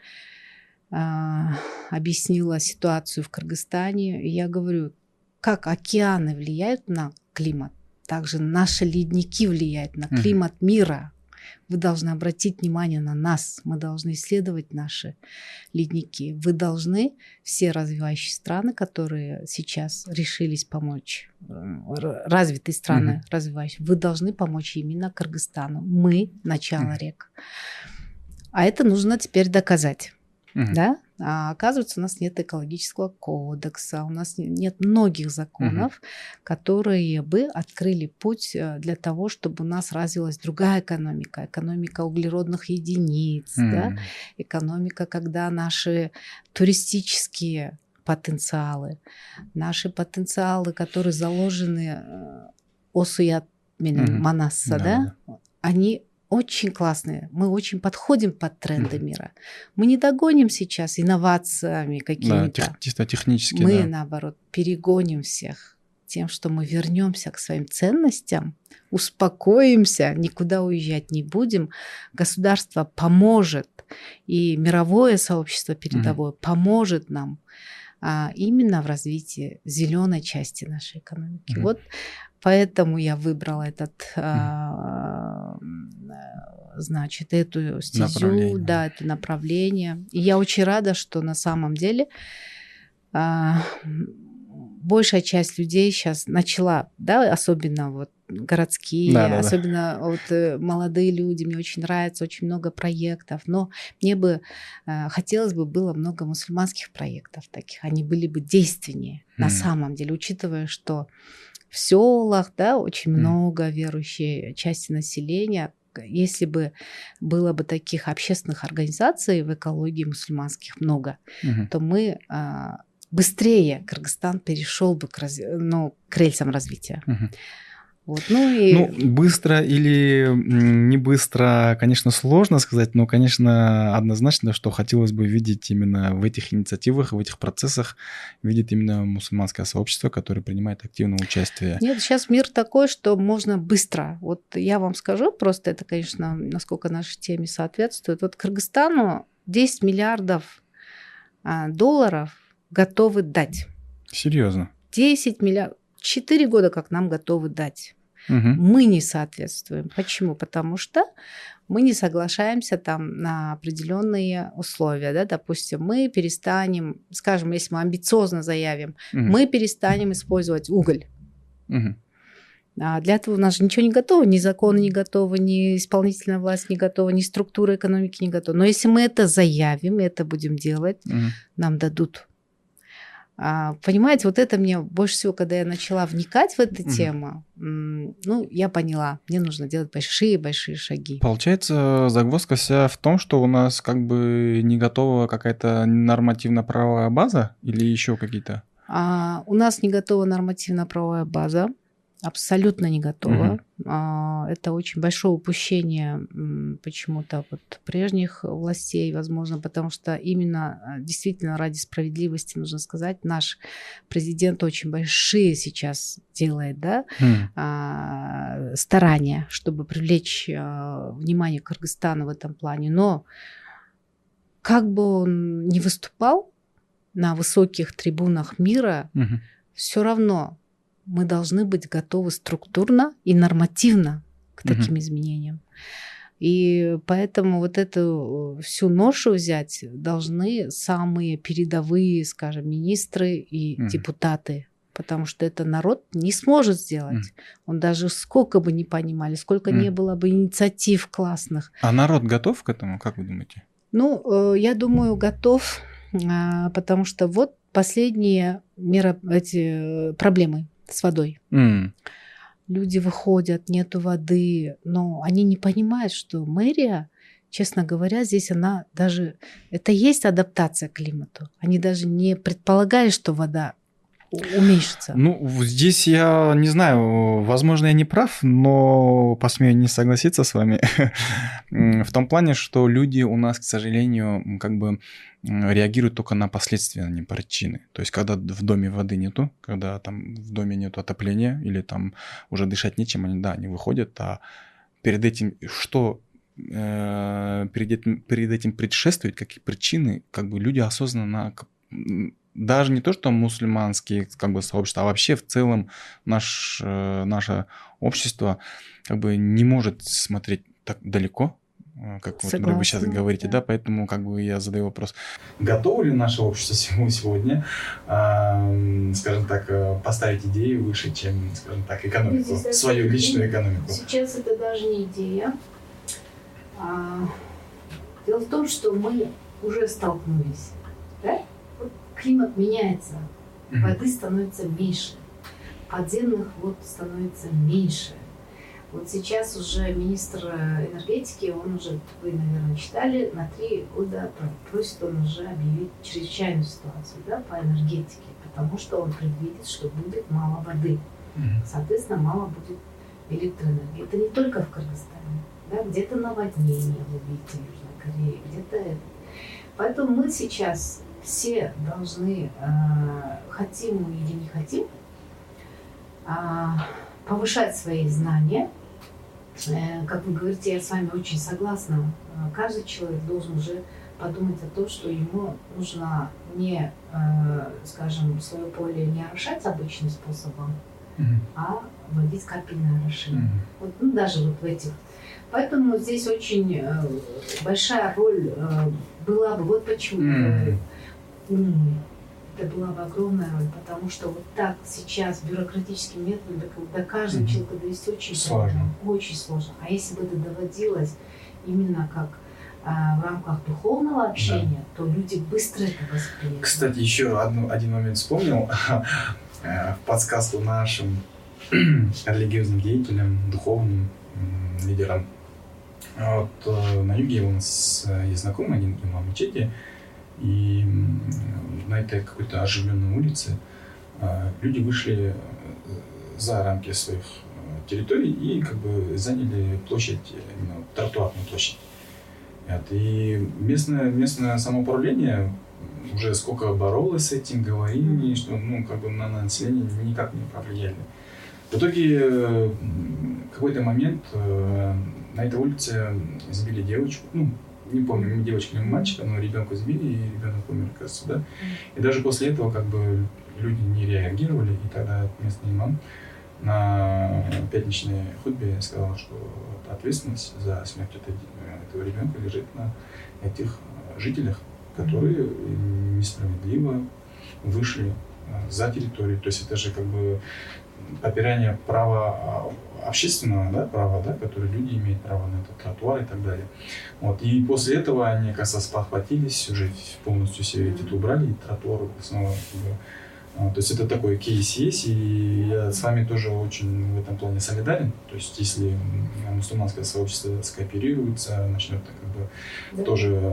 Speaker 1: объяснила ситуацию в Кыргызстане. И я говорю, как океаны влияют на климат, также наши ледники влияют на климат мира. Вы должны обратить внимание на нас. Мы должны исследовать наши ледники. Вы должны, все развивающие страны, которые сейчас решились помочь, развитые страны развивающие, вы должны помочь именно Кыргызстану. Мы – начало рек. А это нужно теперь доказать. Да? А оказывается, у нас нет экологического кодекса, у нас нет многих законов, которые бы открыли путь для того, чтобы у нас развилась другая экономика, экономика углеродных единиц, да? Экономика, когда наши туристические потенциалы, которые заложены Осуят Манасса, да, они очень классные. Мы очень подходим под тренды мира. Мы не догоним сейчас инновациями какими-то.
Speaker 2: Да, чисто технически.
Speaker 1: Мы, наоборот, перегоним всех тем, что мы вернемся к своим ценностям, успокоимся, никуда уезжать не будем. Государство поможет, и мировое сообщество передовое поможет нам именно в развитии зеленой части нашей экономики. Вот поэтому я выбрала эту стезю, это направление. И я очень рада, что на самом деле большая часть людей сейчас начала, да, особенно вот городские, особенно вот молодые люди, мне очень нравится, очень много проектов, но мне бы хотелось бы было много мусульманских проектов таких, они были бы действеннее на самом деле, учитывая, что в селах, да, очень много верующей части населения. Если бы было бы таких общественных организаций в экологии мусульманских много, то мы быстрее Кыргызстан перешел бы к рельсам развития. Вот,
Speaker 2: быстро или не быстро, конечно, сложно сказать, но, конечно, однозначно, что хотелось бы видеть именно в этих инициативах, в этих процессах, видеть именно мусульманское сообщество, которое принимает активное участие.
Speaker 1: Нет, сейчас мир такой, что можно быстро. Вот я вам скажу, просто это, конечно, насколько нашей теме соответствует. Вот Кыргызстану 10 миллиардов долларов готовы дать.
Speaker 2: Серьезно?
Speaker 1: 10 миллиардов. 4 года как нам готовы дать. Мы не соответствуем. Почему? Потому что мы не соглашаемся там на определенные условия. Да? Допустим, мы перестанем, скажем, если мы амбициозно заявим, мы перестанем использовать уголь. А для этого у нас же ничего не готово, ни законы не готовы, ни исполнительная власть не готова, ни структура экономики не готова. Но если мы это заявим, это будем делать, нам дадут. Понимаете, вот это мне больше всего, когда я начала вникать в эту тему, я поняла, мне нужно делать большие-большие шаги.
Speaker 2: Получается, загвоздка вся в том, что у нас как бы не готова какая-то нормативно-правовая база или еще какие-то?
Speaker 1: У нас не готова нормативно-правовая база. Абсолютно не готова. Это очень большое упущение почему-то вот прежних властей, возможно, потому что именно действительно ради справедливости, нужно сказать, наш президент очень большие сейчас делает, да, старания, чтобы привлечь внимание Кыргызстана в этом плане. Но как бы он ни выступал на высоких трибунах мира, все равно мы должны быть готовы структурно и нормативно к таким изменениям. И поэтому вот эту всю ношу взять должны самые передовые, скажем, министры и депутаты, потому что это народ не сможет сделать. Он даже сколько бы ни понимали, сколько не было бы инициатив классных.
Speaker 2: А народ готов к этому, как вы думаете?
Speaker 1: Я думаю, готов, потому что вот последние эти проблемы с водой. Люди выходят, нету воды, но они не понимают, что мэрия, честно говоря, здесь она даже... Это есть адаптация к климату. Они даже не предполагали, что вода уменьшится.
Speaker 2: Здесь я не знаю, возможно, я не прав, но посмею не согласиться с вами в том плане, что люди у нас, к сожалению, как бы реагируют только на последствия, а не причины. То есть, когда в доме воды нету, когда там в доме нету отопления или там уже дышать нечем, они выходят, а перед этим что перед этим предшествует, какие причины, как бы люди осознанно, даже не то, что мусульманские как бы сообщества, а вообще в целом наше общество как бы не может смотреть так далеко, как вот вы сейчас говорите, да, поэтому как бы я задаю вопрос. Готово ли наше общество сегодня, скажем так, поставить идею выше, чем, скажем так, экономику, свою личную экономику?
Speaker 1: Сейчас это даже не идея. Дело в том, что мы уже столкнулись, да? Климат меняется, воды становится меньше, подземных вод становится меньше. Вот сейчас уже министр энергетики, он уже, вы, наверное, читали, на 3 года просит он уже объявить чрезвычайную ситуацию, да, по энергетике, потому что он предвидит, что будет мало воды. Соответственно, мало будет электроэнергии. Это не только в Кыргызстане, да, где-то наводнение, вы видите, в Южной Корее, где-то это. Поэтому мы сейчас все должны, хотим мы или не хотим, повышать свои знания. Как вы говорите, я с вами очень согласна. Каждый человек должен уже подумать о том, что ему нужно не, скажем, свое поле не орошать обычным способом, а вводить капельное орошение. Вот, ну, даже вот в этих. Поэтому здесь очень большая роль была бы, вот почему это была бы огромная роль, потому что вот так сейчас бюрократическим методом до каждого человека довести очень сложно. Очень сложно. А если бы это доводилось именно как в рамках духовного общения, то люди быстро это воспринимают.
Speaker 3: Кстати, еще один момент вспомнил. В подсказку нашим религиозным деятелям, духовным лидерам. Вот на юге у нас есть знакомый один имам мечети, и на этой какой-то оживленной улице люди вышли за рамки своих территорий и как бы заняли площадь, именно тротуарную площадь. И местное самоуправление уже сколько боролось с этим, говорили, что как бы на население никак не повлияли. В итоге в какой-то момент на этой улице избили девочку, не помню, девочка или мальчика, но ребенка избили, и ребенок умер, кажется, да. И даже после этого как бы люди не реагировали, и тогда местный имам на пятничной хутбе сказал, что ответственность за смерть этого ребенка лежит на этих жителях, которые несправедливо вышли за территорию. То есть это же как бы попирание права общественного, да, права, да, которое люди имеют право на этот тротуар и так далее. Вот. И после этого они, кажется, спохватились, уже полностью все эти убрали, и тротуар снова. То есть это такой кейс есть, и я с вами тоже очень в этом плане солидарен. То есть если мусульманское сообщество скооперируется, начнет как бы тоже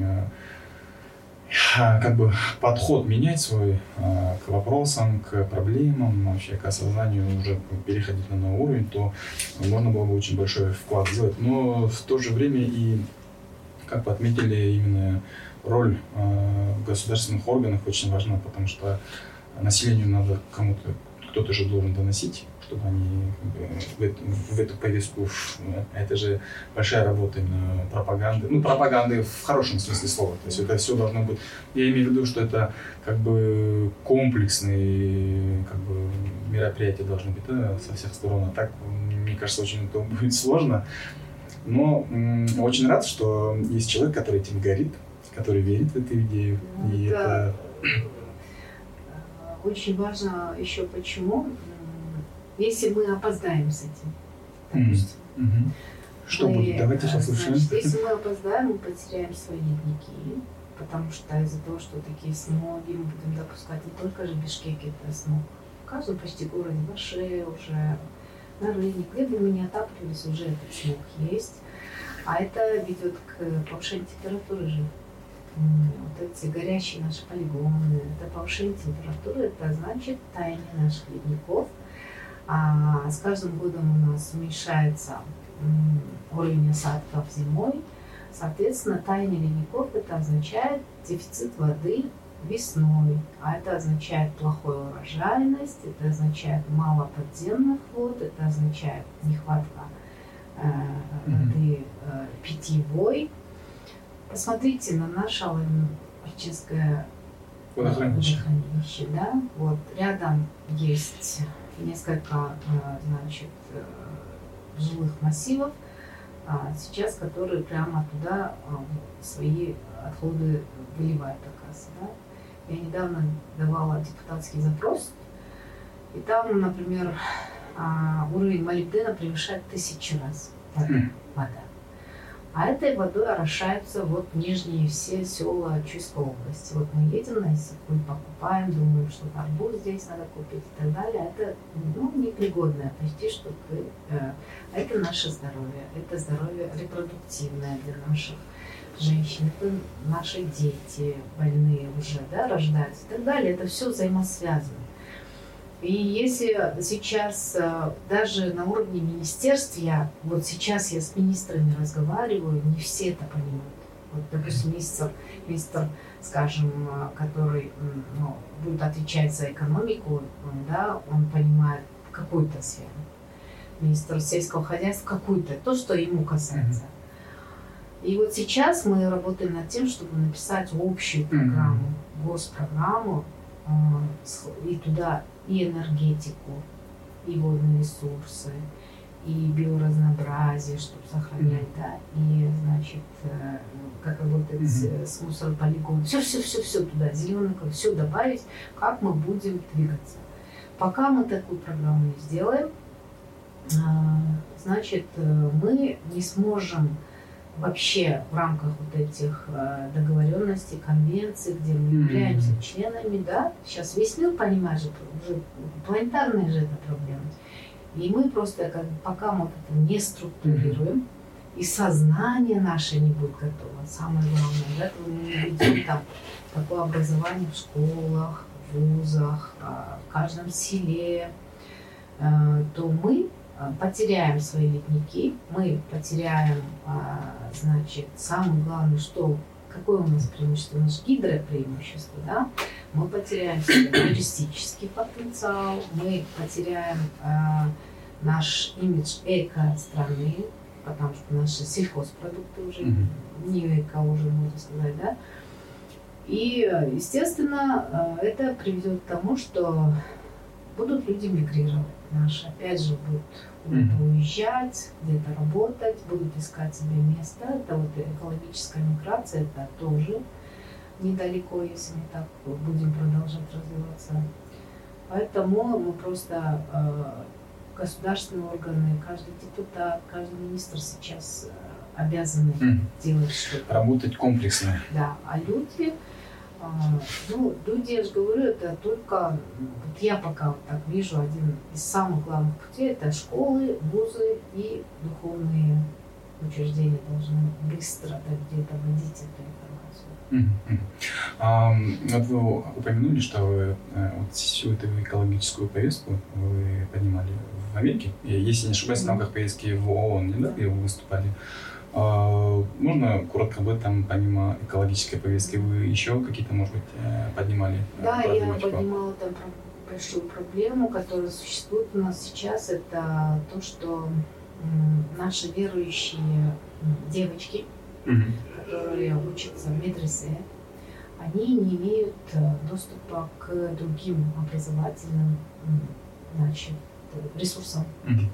Speaker 3: как бы подход менять свой к вопросам, к проблемам, вообще к осознанию, уже переходить на новый уровень, то можно было бы очень большой вклад сделать. Но в то же время и, как бы отметили, именно роль в государственных органах очень важна, потому что населению надо кто-то же должен доносить, чтобы они в эту повестку, это же большая работа именно пропаганды, пропаганды в хорошем смысле слова, то есть это все должно быть, я имею в виду, что это как бы комплексные как бы мероприятия должны быть, да, со всех сторон, а так, мне кажется, очень это будет сложно, но очень рад, что есть человек, который этим горит, который верит в эту идею, и это...
Speaker 1: Очень важно еще почему, если мы опоздаем с этим, допустим.
Speaker 3: Что будет? Давайте сейчас слушаем.
Speaker 1: Если мы опоздаем, мы потеряем свои ледники, потому что из-за того, что такие смоги мы будем допускать не только же в Бишкеке, это смог. В каждом почти городе, в Аше уже, на Рыне, где бы мы не отапливались, уже этот смог есть. А это ведет к повышению температуры же. Вот эти горящие наши полигоны, это повышение температуры, это значит таяние наших ледников. А с каждым годом у нас уменьшается уровень осадков зимой. Соответственно, таяние ледников это означает дефицит воды весной, а это означает плохую урожайность, это означает мало подземных вод, это означает нехватка воды питьевой. Посмотрите на наше Арчинское водохранилище, да? Вот рядом есть несколько, значит, жилых массивов, сейчас, которые прямо туда свои отходы выливают, оказывается, да? Я недавно давала депутатский запрос, и там, например, уровень молибдена превышает 1000 раз вода. А этой водой орошаются вот нижние все села Чуйской области. Вот мы едем на Иссык-Куль, покупаем, думаем, что арбуз здесь надо купить и так далее. Это непригодное почти что это наше здоровье. Это здоровье репродуктивное для наших женщин. Это наши дети больные уже, да, рождаются и так далее. Это все взаимосвязано. И если сейчас даже на уровне министерств, вот сейчас я с министрами разговариваю, не все это понимают. Вот, допустим, министр, скажем, который будет отвечать за экономику, да, он понимает какую-то сферу. Министр сельского хозяйства какую-то, то, что ему касается. И вот сейчас мы работаем над тем, чтобы написать общую программу, госпрограмму, и туда и энергетику, и водные ресурсы, и биоразнообразие, чтобы сохранять, да, и, значит, как работать с мусорополигоном. Все туда, зеленый, все добавить, как мы будем двигаться. Пока мы такую программу не сделаем, значит, мы не сможем вообще в рамках вот этих договоренностей, конвенций, где мы являемся членами, да, сейчас весь мир понимает же, уже планетарная же эта проблема. И мы просто, пока мы это не структурируем, и сознание наше не будет готово, самое главное, да, то мы не ведем там такое образование в школах, в вузах, в каждом селе, то мы потеряем свои ледники, мы потеряем, значит, самое главное, какое у нас преимущество, наше гидропреимущество, да, мы потеряем туристический потенциал, мы потеряем наш имидж эко-страны, потому что наши сельхозпродукты уже не эко, уже можно сказать, да, и, естественно, это приведет к тому, что будут люди мигрировать наши, опять же, будут куда-то уезжать, где-то работать, будут искать себе место. Это вот экологическая миграция, это тоже недалеко, если мы так будем продолжать развиваться. Поэтому мы просто государственные органы, каждый депутат, каждый министр сейчас обязаны делать что-то.
Speaker 3: Работать комплексно.
Speaker 1: Да, а люди, я же говорю, это только, вот я пока вот так вижу, один из самых главных путей, это школы, вузы и духовные учреждения должны быстро где-то вводить эту информацию.
Speaker 3: Вот вы упомянули, что вы вот всю эту экологическую повестку вы поднимали в Америке. И, если не ошибаюсь, в рамках повестки в ООН, да, где вы выступали. Можно коротко об этом, помимо экологической повестки, вы еще какие-то, может быть, поднимали?
Speaker 1: Да, я поднимала там большую проблему, которая существует у нас сейчас. Это то, что наши верующие девочки, которые учатся в медресе, они не имеют доступа к другим образовательным, значит, ресурсам.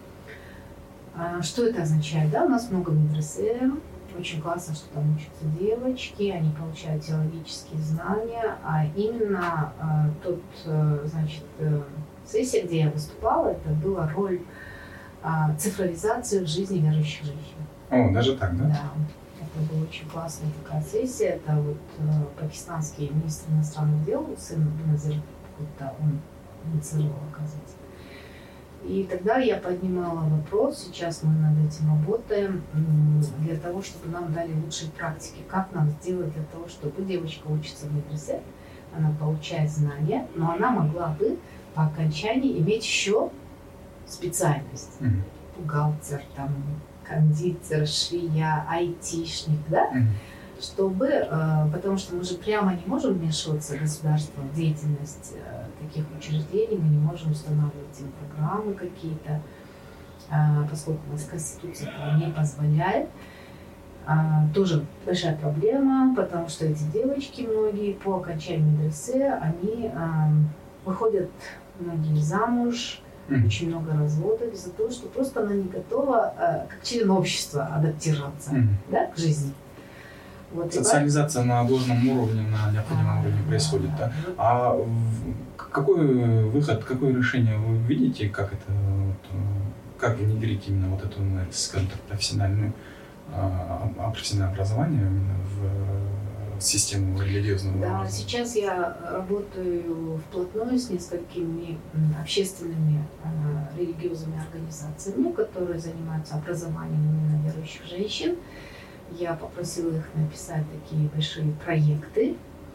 Speaker 1: Что это означает? Да, у нас много медресе, очень классно, что там учатся девочки, они получают теологические знания, а именно значит, сессия, где я выступала, это была роль цифровизации в жизни верующих женщин.
Speaker 3: О, даже так, да?
Speaker 1: Да. Это была очень классная такая сессия. Это вот пакистанский министр иностранных дел, сын Беназир Бхутто, он инициировал, оказывается. И тогда я поднимала вопрос, сейчас мы над этим работаем, для того, чтобы нам дали лучшие практики. Как нам сделать для того, чтобы девочка учится в медресе, она получает знания, но она могла бы по окончании иметь еще специальность. Бухгалтер, там, кондитер, швея, айтишник, да? Чтобы, потому что мы же прямо не можем вмешиваться в государство, в деятельность таких учреждений, мы не можем устанавливать им программы какие-то, поскольку у нас Конституция этого не позволяет. Тоже большая проблема, потому что эти девочки, многие по окончанию медресе, они выходят многие замуж, очень много разводов из-за того, что просто она не готова как член общества адаптироваться, да, к жизни. Вот,
Speaker 3: социализация на должном уровне, на необходимом уровне происходит, да? А какой выход, какое решение вы видите, как это, как внедрить именно вот эту, скажем так, профессиональную профессиональное образование именно в систему религиозного
Speaker 1: Да,
Speaker 3: образования?
Speaker 1: сейчас я работаю вплотную с несколькими общественными религиозными организациями, которые занимаются образованием именно верующих женщин. Я попросила их написать такие большие проекты.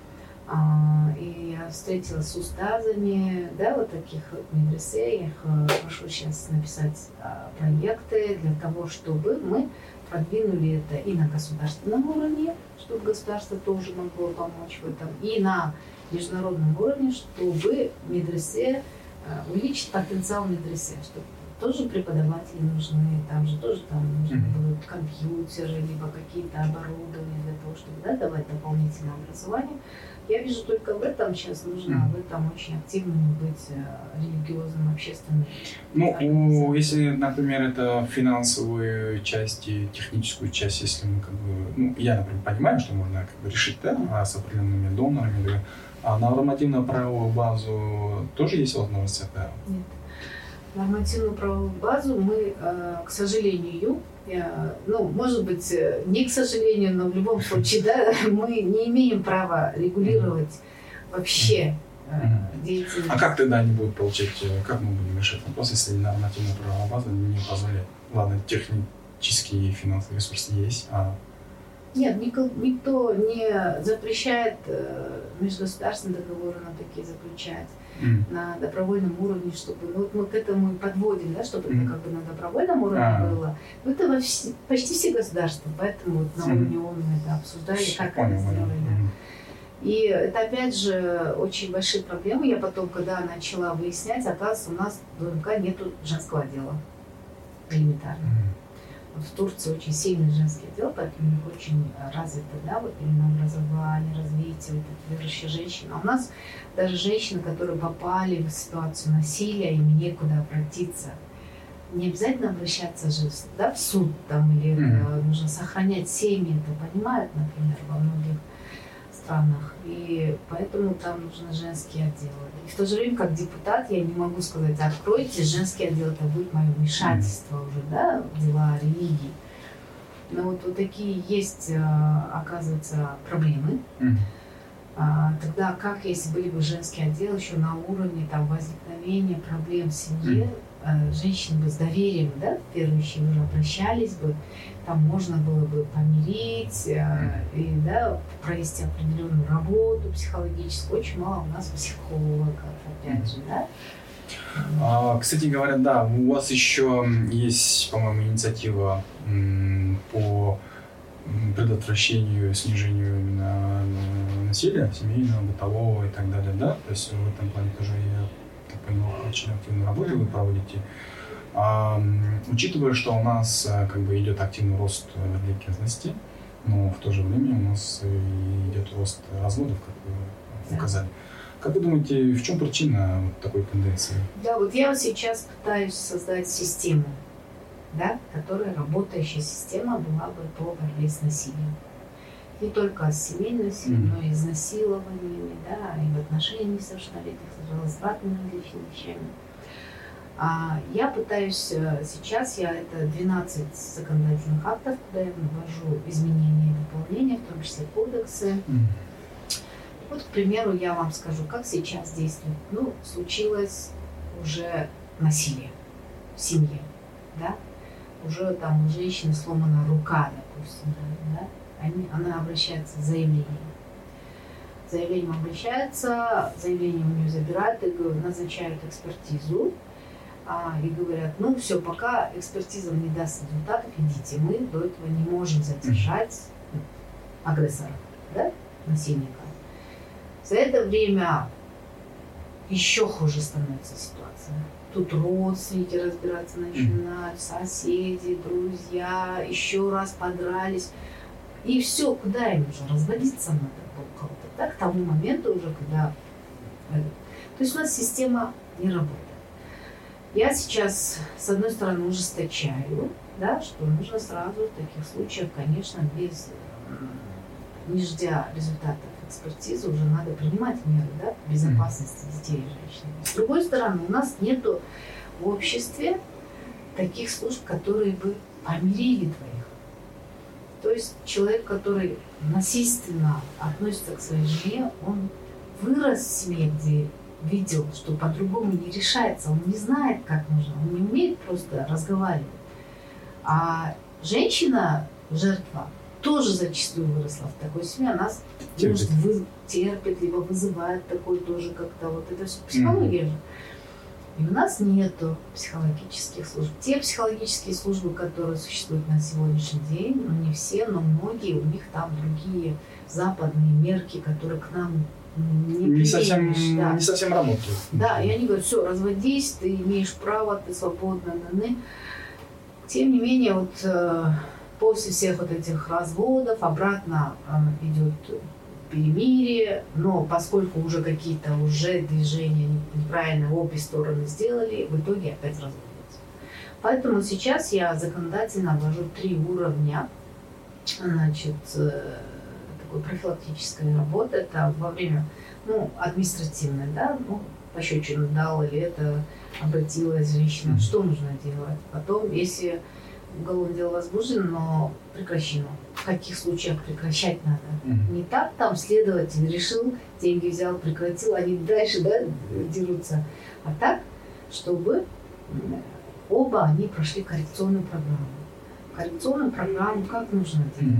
Speaker 1: И я встретилась с устазами, да, вот таких вот медресе. Я их прошу сейчас написать проекты для того, чтобы мы продвинули это и на государственном уровне, чтобы государство тоже могло помочь в этом, и на международном уровне, чтобы медресе увеличить потенциал медресе, чтобы тоже преподаватели нужны, там же тоже нужны будут компьютеры, либо какие-то оборудования для того, чтобы, да, давать дополнительное образование. Я вижу только в этом сейчас нужно в этом очень активным быть религиозным, общественным.
Speaker 3: Ну, если, например, это финансовую часть и техническую часть, если мы я, например, понимаю, что можно решить, да, с определенными донорами, да, а на нормативно-правовую базу тоже есть возможность это?
Speaker 1: Нет. Нормативную правовую базу мы, к сожалению, может быть, не к сожалению, но в любом случае, да, мы не имеем права регулировать вообще деятельность.
Speaker 3: А как тогда они будут получать, как мы будем решать вопрос, если нормативная правовая база не позволяет? Ладно, технические и финансовые ресурсы есть,
Speaker 1: Нет, никто не запрещает межгосударственные договоры на такие заключать на добровольном уровне, чтобы мы к этому и подводим, да, чтобы это как бы на добровольном уровне было. Но это почти все государства, поэтому на уровне ООН мы это обсуждали, как это сделать. И это опять же очень большие проблемы. Я потом, когда начала выяснять, оказывается, у нас в ДНК нету женского отдела элементарно. В Турции очень сильный женский отдел, поэтому у них очень развито, да, вот именно образование, развитие, вот верующие женщины. А у нас даже женщины, которые попали в ситуацию насилия, им некуда обратиться. Не обязательно обращаться же, да, в суд там, или нужно сохранять семьи, это понимают, например, во многих странах. И поэтому там нужны женские отделы. И в то же время, как депутат, я не могу сказать, откройте женский отдел, это будет мое вмешательство уже, да, в дела религии. Но вот такие есть, оказывается, проблемы. Тогда как, если были бы женские отделы еще на уровне там, возникновения проблем в семье, женщины бы с доверием, да, верующие уже обращались бы, там можно было бы помирить и, да, провести определенную работу психологическую. Очень мало у нас психологов, опять же, да.
Speaker 3: Кстати говоря, да, у вас еще есть, по-моему, инициатива по предотвращению, снижению именно насилия семейного, бытового и так далее, да? То есть в этом плане тоже, я так понимаю, очень активную работу вы проводите. Учитывая, что у нас как бы идет активный рост религиозности, но в то же время у нас идет рост разводов, как вы указали. Как вы думаете, в чем причина вот такой тенденции?
Speaker 1: Да, вот я сейчас пытаюсь создать систему, да, которая работающая система была бы по борьбе с насилием. Не только с семейным насилием, но и с изнасилованиями, да, и в отношениях несовершеннолетних, с развратными различными вещами. Я пытаюсь сейчас, это 12 законодательных актов, куда я ввожу изменения и дополнения, в том числе кодексы. Вот, к примеру, я вам скажу, как сейчас действует. Случилось уже насилие в семье, да? Уже там у женщины сломана рука, допустим, да? Она обращается с заявлением. С заявлением обращается, заявление у нее забирают и назначают экспертизу. И говорят, все, пока экспертиза не даст результатов, идите, мы до этого не можем задержать агрессора, да, насильника. За это время еще хуже становится ситуация. Тут родственники разбираться начинают, соседи, друзья, еще раз подрались. И все, куда им уже разводиться надо было кого-то, да, к тому моменту уже, когда... То есть у нас система не работает. Я сейчас, с одной стороны, ужесточаю, да, что нужно сразу в таких случаях, конечно, не ждя результатов экспертизы, уже надо принимать меры, да, безопасности детей и женщин. С другой стороны, у нас нету в обществе таких служб, которые бы помирили двоих. То есть человек, который насильственно относится к своей жене, он вырос в семье, где видел, что по-другому не решается, он не знает, как нужно, он не умеет просто разговаривать. А женщина, жертва, тоже зачастую выросла в такой семье, она терпит, либо вызывает такой тоже как-то, вот это все психология же. И у нас нету психологических служб. Те психологические службы, которые существуют на сегодняшний день, ну не все, но многие, у них там другие западные мерки, которые к нам не
Speaker 3: совсем работают.
Speaker 1: Да, и они говорят, все, разводись, ты имеешь право, ты свободна. Тем не менее, вот после всех вот этих разводов обратно идет перемирие, но поскольку уже какие-то движения неправильно обе стороны сделали, в итоге опять разводятся. Поэтому сейчас я законодательно ввожу 3 уровня, значит, такой профилактической работы. Это во время, административной, да, пощечину дал или это обратилась женщина, что нужно делать. Потом, если уголовное дело возбуждено, но прекращено. В каких случаях прекращать надо? Не так там следователь решил, деньги взял, прекратил, они дальше, да, дерутся. А так, чтобы оба они прошли коррекционную программу. Коррекционную программу как нужно делать?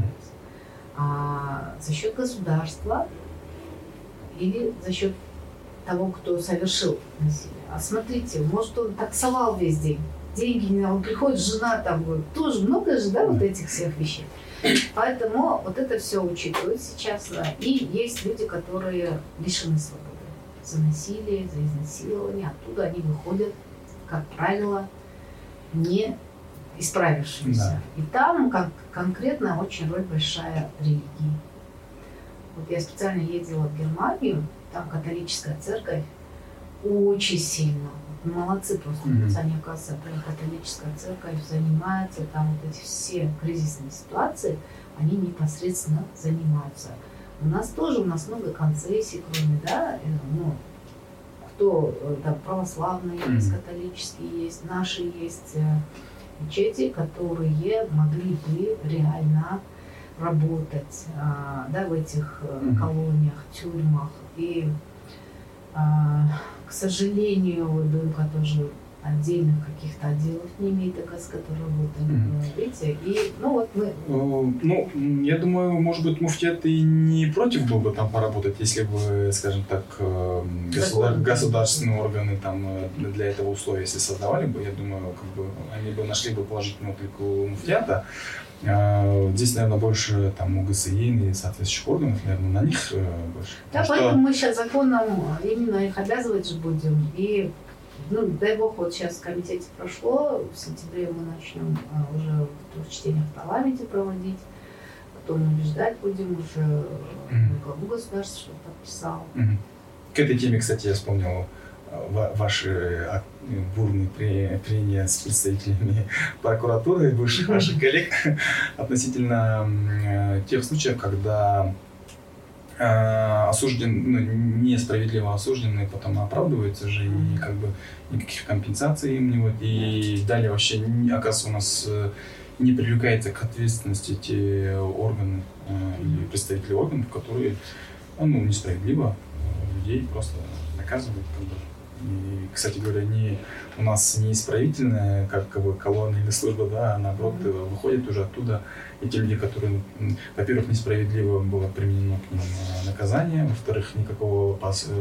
Speaker 1: За счет государства или за счет того, кто совершил насилие. А смотрите, может, он таксовал весь день. Деньги не дал, приходит жена, там тоже много же, да, вот этих всех вещей. Поэтому вот это все учитывается сейчас. И есть люди, которые лишены свободы за насилие, за изнасилование. Оттуда они выходят, как правило, не исправившиеся. Да. И там конкретно очень роль большая религии. Вот я специально ездила в Германию, там католическая церковь очень сильно. Молодцы просто. Они, оказывается, католическая церковь занимается, там вот эти все кризисные ситуации, они непосредственно занимаются. У нас много концессий, кроме, да, кто там православные есть, католические есть, наши есть мечети, которые могли бы реально работать, да, в этих колониях, тюрьмах. И, к сожалению, ДНК тоже отдельных каких-то отделов не имеет, с которыми работали, видите, и,
Speaker 3: я думаю, может быть, муфтият и не против был бы там поработать, если бы, скажем так, государственные органы там для этого условия, если создавали бы, я думаю, они бы нашли бы положительную отклик у муфтията. Здесь, наверное, больше там УГСИН и соответствующих органов, наверное, на них больше.
Speaker 1: Да, поэтому мы сейчас законом именно их обязывать же будем. И, дай бог, вот сейчас в комитете прошло, в сентябре мы начнем уже в 2 чтениях в парламенте проводить, потом убеждать будем уже главу государства, чтобы подписал.
Speaker 3: К этой теме, кстати, я вспомнил ваши бурные прения с представителями прокуратуры, бывших ваших коллег, относительно тех случаев, когда несправедливо осужденные потом оправдываются же, и никаких компенсаций им не будет. И далее вообще, оказывается, у нас не привлекается к ответственности те органы или представители органов, которые несправедливо людей просто наказывают. И, кстати говоря, у нас не исправительная, как колония или служба, да, а наоборот, выходят уже оттуда эти люди, которые, во-первых, несправедливо было применено к ним наказание, во-вторых, никакого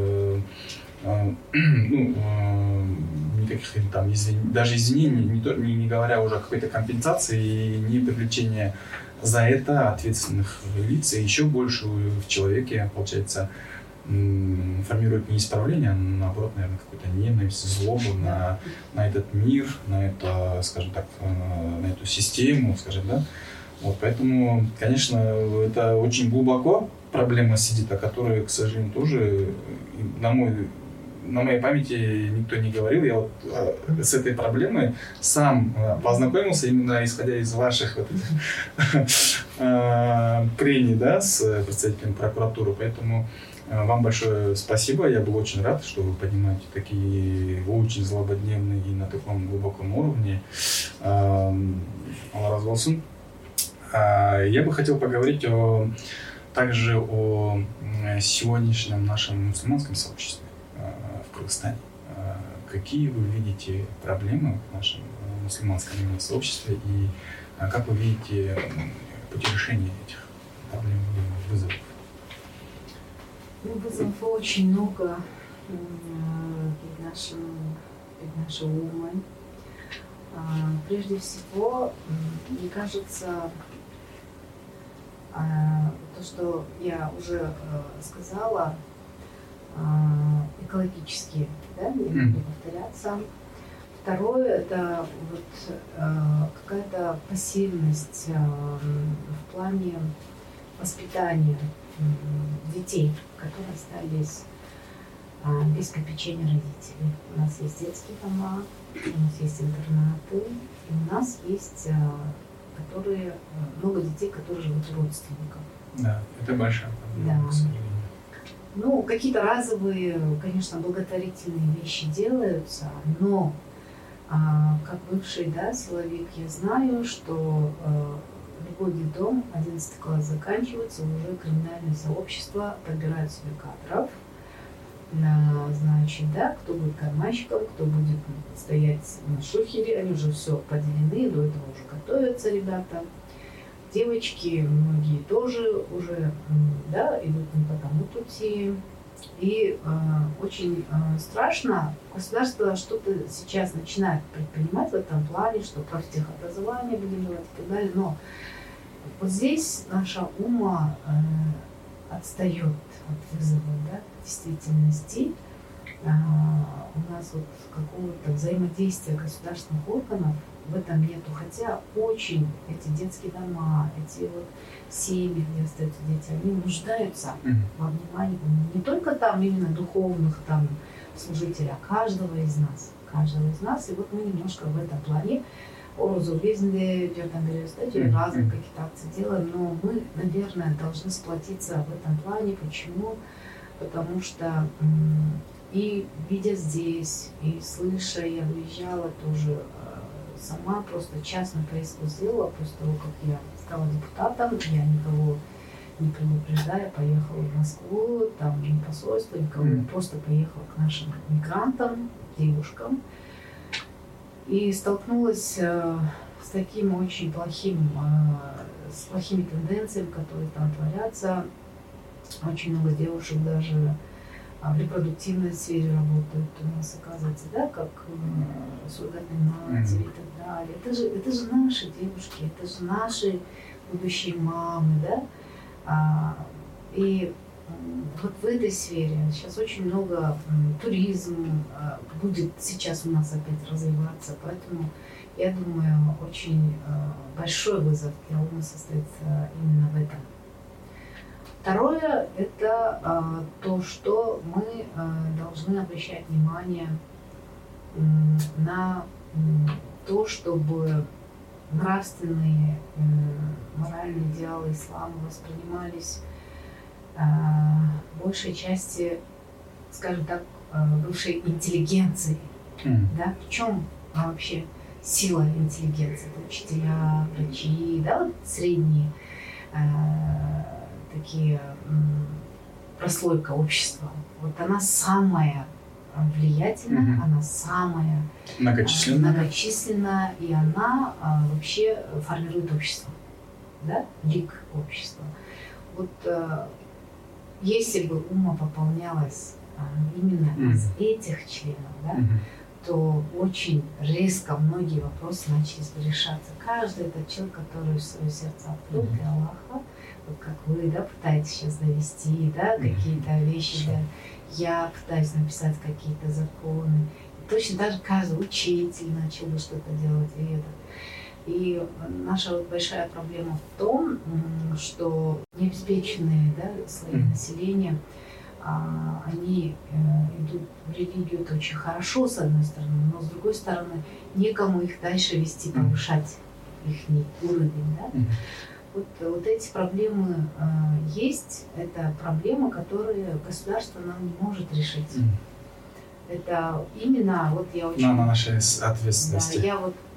Speaker 3: никаких там даже извинений, не говоря уже о какой-то компенсации и не привлечения за это ответственных лиц, и еще больше в человеке, получается, формирует не исправление, а наоборот, наверное, какую-то ненависть, злобу на этот мир, на это, скажем так, на эту систему, скажем, да. Вот, поэтому, конечно, это очень глубоко проблема сидит, о которой, к сожалению, тоже на моей памяти никто не говорил. Я вот с этой проблемой сам познакомился, именно исходя из ваших прений, да, с представителями прокуратуры. Поэтому вам большое спасибо. Я был очень рад, что вы поднимаете такие очень злободневные и на таком глубоком уровне. Алла разы болсын. Я бы хотел поговорить также о сегодняшнем нашем мусульманском сообществе в Кыргызстане. Какие вы видите проблемы в нашем мусульманском сообществе и как вы видите пути решения этих проблем и вызовов?
Speaker 1: Вызовов очень много перед нашей умой. Прежде всего, мне кажется, то, что я уже сказала, экологически, да, не буду повторяться. Второе – это вот какая-то пассивность в плане воспитания детей, которые остались без попечения родителей. У нас есть детские дома, у нас есть интернаты, и у нас есть много детей, которые живут у родственников.
Speaker 3: Да, это большая проблема, к сожалению.
Speaker 1: Ну, какие-то разовые, конечно, благотворительные вещи делаются, но как бывший, силовик, я знаю, что любой детдом, 11 класс заканчивается, уже криминальное сообщество подбирает себе кадров, значит, кто будет карманщиком, кто будет стоять на шухере, они уже все поделены, до этого уже готовятся ребята. Девочки, многие тоже уже идут не по тому пути. И очень страшно, государство что-то сейчас начинает предпринимать в этом плане, что профтехобразование будем делать и так далее, но вот здесь наша ума отстает от вызова, действительности. У нас вот какого-то взаимодействия государственных органов в этом нету, хотя очень эти детские дома, эти вот семьи, где остаются дети, они нуждаются во внимании не только там именно духовных там служителей, а каждого из нас. И вот мы немножко в этом плане разные какие-то акции делаем, но мы, наверное, должны сплотиться в этом плане. Почему? Потому что и видя здесь, и слыша, я выезжала тоже сама, просто частную поездку сделала, после того, как я стала депутатом, я никого не предупреждая, поехала в Москву, там не посольство, никого, просто поехала к нашим мигрантам, девушкам, и столкнулась с таким очень плохими тенденциями, которые там творятся. Очень много девушек даже в репродуктивной сфере работают у нас, оказывается, как суррогатные матери и так далее. Это же наши девушки, это же наши будущие мамы, И вот в этой сфере сейчас очень много туризм будет сейчас у нас опять развиваться, поэтому я думаю, очень большой вызов для ума состоит именно в этом. Второе – это то, что мы должны обращать внимание на то, чтобы нравственные, моральные идеалы ислама воспринимались большей части, скажем так, бывшей интеллигенции. В чем вообще сила интеллигенции? Это учителя, врачи, средние такие прослойка общества. Вот она самая влиятельная, она самая многочисленная, и она вообще формирует общество, лик общества. Вот если бы ума пополнялась именно из этих членов, то очень резко многие вопросы начались бы решаться. Каждый этот человек, который в свое сердце открыл для Аллаха, вот как вы пытаетесь сейчас довести какие-то вещи, я пытаюсь написать какие-то законы. И точно так же каждый учитель начал бы что-то делать. И наша большая проблема в том, что необеспеченные слои населения, они идут в религию, это очень хорошо, с одной стороны, но с другой стороны, некому их дальше вести, повышать их уровень. Вот эти проблемы есть, это проблемы, которые государство нам не может решить. Это именно, вот я очень...
Speaker 3: На нашей ответственности.
Speaker 1: Я вот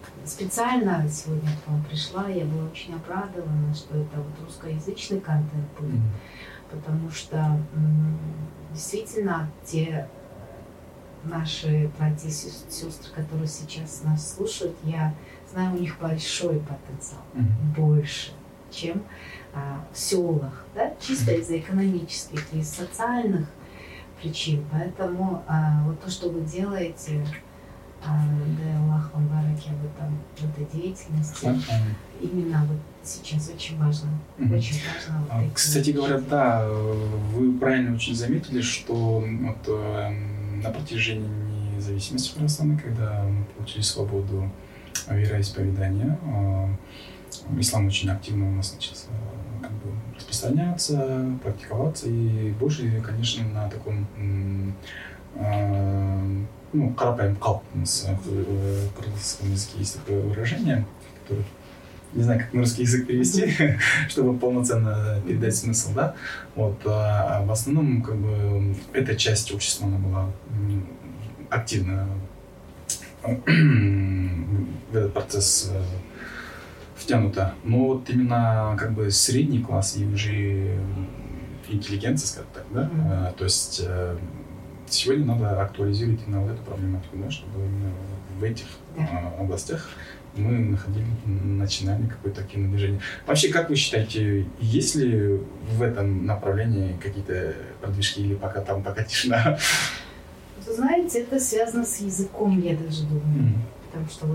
Speaker 1: специально сегодня к вам пришла, я была очень обрадована, что это вот русскоязычный контент будет, потому что действительно те наши братья и сестры, которые сейчас нас слушают, я знаю, у них большой потенциал, больше, чем в селах, да? Чисто из-за экономических и социальных причин. Поэтому вот то, что вы делаете, да, Аллах вам бараки в этой деятельности, именно вот сейчас очень важно. Очень важно. Вот
Speaker 3: кстати говоря, да, вы правильно очень заметили, что вот, на протяжении независимости православной, когда мы получили свободу вероисповедания, ислам очень активно у нас начался как бы распространяться, практиковаться, и больше, конечно, на таком қарапайым қалыптымыз в кыргызском языке есть такое выражение, которое не знаю, как на русский язык перевести, чтобы полноценно передать смысл, да. Вот, в основном, как бы, эта часть общества, она была активно в этот процесс втянута. Но вот именно, как бы, средний класс и уже интеллигенция, скажем так, да, то есть сегодня надо актуализировать именно вот эту проблематику, да, чтобы именно в этих областях мы начинали какое-то активное движение. Вообще, как вы считаете, есть ли в этом направлении какие-то продвижки или пока тишина?
Speaker 1: Вы знаете, это связано с языком, я даже думаю. Потому что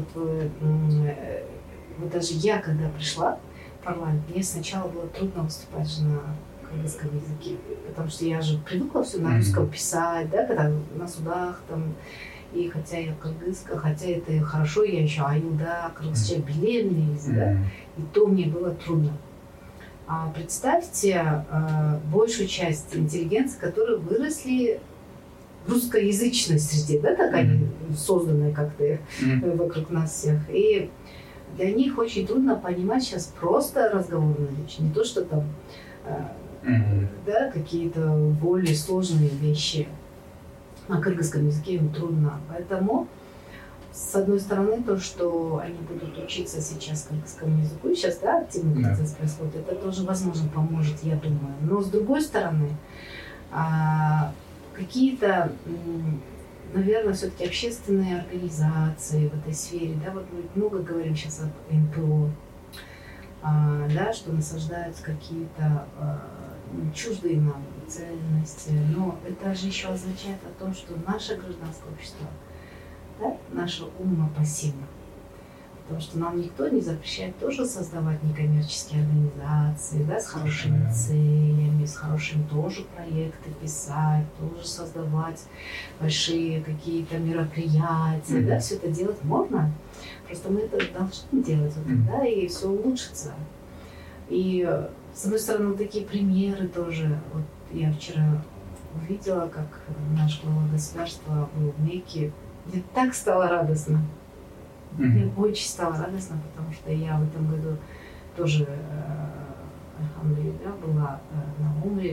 Speaker 1: вот даже я, когда пришла в парламент, мне сначала было трудно выступать же на кыргызском языке, потому что я же привыкла все на русском писать, да, когда на судах там. И хотя я кыргызка, хотя это хорошо, я еще аюда, кыргызча билемін, да, и то мне было трудно. А представьте большую часть интеллигенции, которые выросли в русскоязычной среде, да, так они созданы как-то вокруг нас всех. И для них очень трудно понимать сейчас просто разговорную речь, не то, что там да, какие-то более сложные вещи. На кыргызском языке им трудно. Поэтому, с одной стороны, то, что они будут учиться сейчас кыргызскому языку, сейчас, да, активный процесс происходит, это тоже, возможно, поможет, я думаю. Но, с другой стороны, какие-то, наверное, все-таки общественные организации в этой сфере, да, вот мы много говорим сейчас об НПО, да, что насаждаются какие-то чуждые нам ценности, но это же еще означает о том, что наше гражданское общество, да, наше умно пассивно. Потому что нам никто не запрещает тоже создавать некоммерческие организации, да, с хорошими целями, с хорошими тоже проекты писать, тоже создавать большие какие-то мероприятия, да, все это делать можно. Просто мы это должны делать, да, и все улучшится. И с одной стороны, вот такие примеры тоже. Вот я вчера увидела, как наш глава государства был в Мекке. Мне так стало радостно. Мне очень стало радостно, потому что я в этом году тоже, альхамдулилля, была на умре.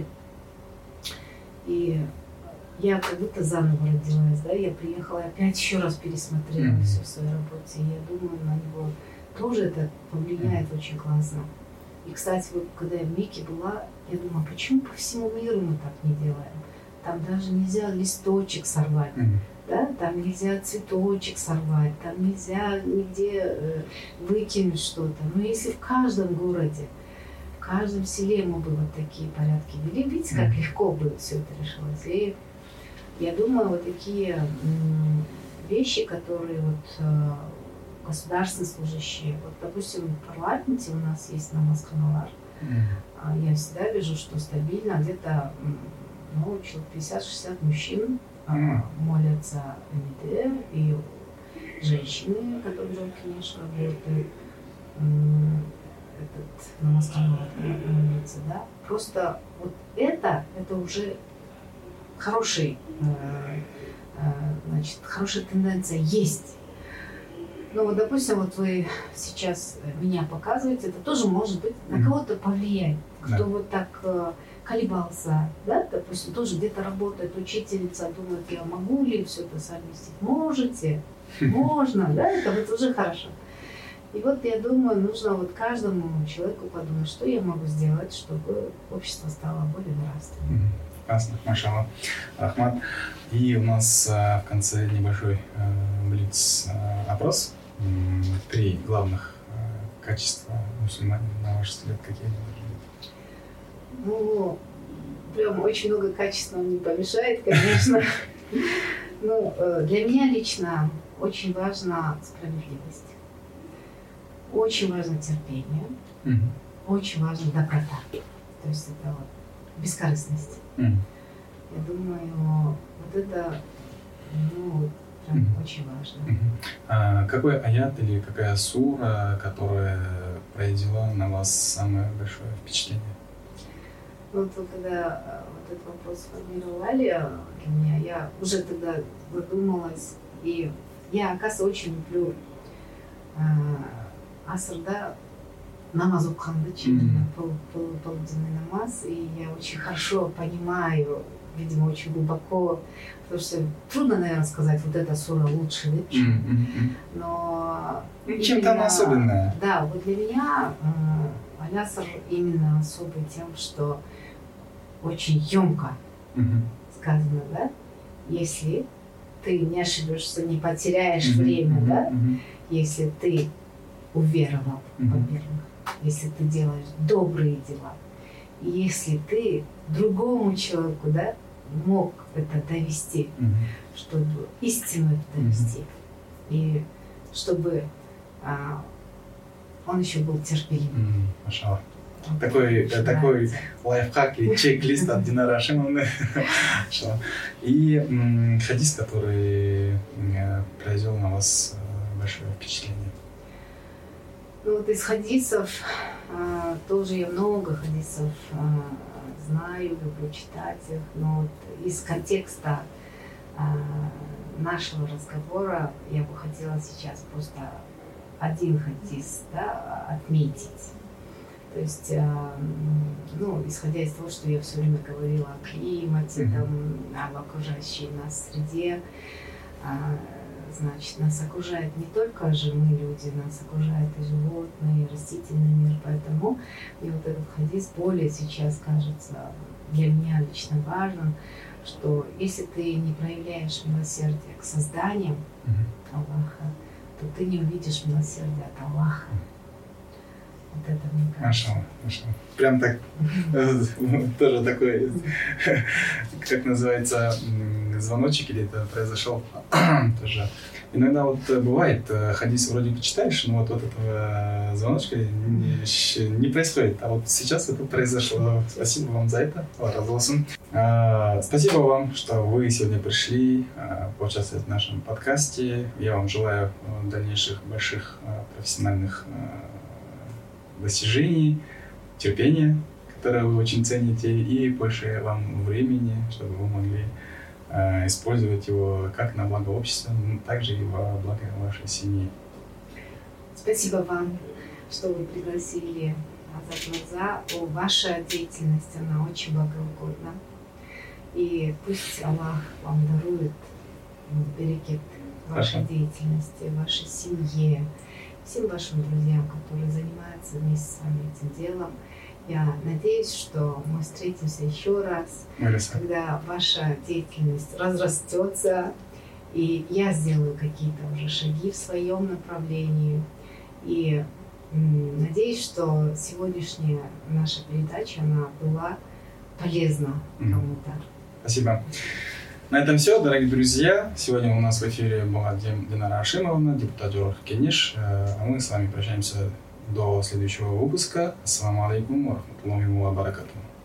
Speaker 1: И я как будто заново родилась, да, я приехала, опять еще раз пересмотрела все в своей работе. И я думаю, на него тоже это повлияет очень классно. И, кстати, вот когда я в Мекке была, я думала, почему по всему миру мы так не делаем? Там даже нельзя листочек сорвать, да? Там нельзя цветочек сорвать, там нельзя нигде выкинуть что-то. Но если в каждом городе, в каждом селе мы бы вот такие порядки вели, видите, как легко бы все это решилось. И я думаю, вот такие вещи, которые вот государственные служащие. Вот, допустим, в парламенте у нас есть намаз-каналар. Я всегда вижу, что стабильно где-то человек 50-60 мужчин молятся МД, и женщины, которые в Джонкинеш работают, этот намаз-каналар молятся, да. Просто вот это уже хорошая тенденция есть. Ну вот, допустим, вот вы сейчас меня показываете, это тоже может быть на кого-то повлияет, кто вот так колебался, да, допустим, тоже где-то работает учительница, думает, я могу ли все это совместить? Можете, можно, да, это вот уже хорошо. И вот я думаю, нужно вот каждому человеку подумать, что я могу сделать, чтобы общество стало более нравственным.
Speaker 3: Классно, машаллах. Рахмат. И у нас в конце небольшой блиц-опрос. 3 главных качества мусульманина, на ваш взгляд, какие они должны быть?
Speaker 1: Ну, прям очень много качеств нам не помешает, конечно. Ну, для меня лично очень важна справедливость. Очень важно терпение. Очень важна доброта. То есть это вот бескорыстность. Я думаю, вот это, ну, прям очень важно.
Speaker 3: Какой аят или какая сура, которая произвела на вас самое большое впечатление?
Speaker 1: Вот когда вот этот вопрос сформировали для меня, я уже тогда задумалась. И я, оказывается, очень люблю аср, да, намаз уканды, полуденный намаз. И я очень хорошо понимаю, видимо, очень глубоко, потому что трудно, наверное, сказать, вот эта сура лучше, но...
Speaker 3: Чем-то она особенная.
Speaker 1: Да, вот для меня Аль-Аср именно особый тем, что очень емко сказано, да, если ты не ошибешься, не потеряешь время, да, если ты уверовал, во-первых, если ты делаешь добрые дела, если ты другому человеку, да, мог это довести, чтобы истину это довести, и чтобы он еще был терпеливым.
Speaker 3: Машаллах. Такой лайфхак и чек-лист от Динара Ашимовны. И хадис, который произвел на вас большое впечатление.
Speaker 1: Ну вот из хадисов, тоже я много хадисов знаю, люблю читать их, но вот из контекста нашего разговора я бы хотела сейчас просто один хадис, да, отметить. То есть, ну, исходя из того, что я все время говорила о климате, там, об окружающей нас среде, значит, нас окружает не только же мы, люди, нас окружают и животные, и растительный мир, поэтому мне вот этот хадис более сейчас кажется для меня лично важным, что если ты не проявляешь милосердие к созданиям Аллаха, то ты не увидишь милосердия от Аллаха. Вот это мне кажется.
Speaker 3: Машаллах. Прям так, тоже такой, как называется, звоночек или это произошел тоже. Иногда вот бывает, хадис вроде бы читаешь, но вот этого звоночка не происходит. А вот сейчас это произошло. Спасибо вам за это. Спасибо вам, что вы сегодня пришли поучаствовать в нашем подкасте. Я вам желаю дальнейших больших профессиональных достижений, терпения, которое вы очень цените, и больше вам времени, чтобы вы могли использовать его как на благо общества, но также и во благо вашей семьи.
Speaker 1: Спасибо вам, что вы пригласили Азат Мирза. Ваша деятельность, она очень благоугодна. И пусть Аллах вам дарует берекет вашей деятельности, вашей семье, всем вашим друзьям, которые занимаются вместе с вами этим делом. Я надеюсь, что мы встретимся еще раз, когда ваша деятельность разрастется, и я сделаю какие-то уже шаги в своем направлении. И надеюсь, что сегодняшняя наша передача, она была полезна кому-то.
Speaker 3: Спасибо. На этом все, дорогие друзья. Сегодня у нас в эфире была Динара Ашимовна, депутат Джорах Кениш. А мы с вами прощаемся до следующего выпуска. Ассаламу алейкум ва рахматуллахи ва баракатуху.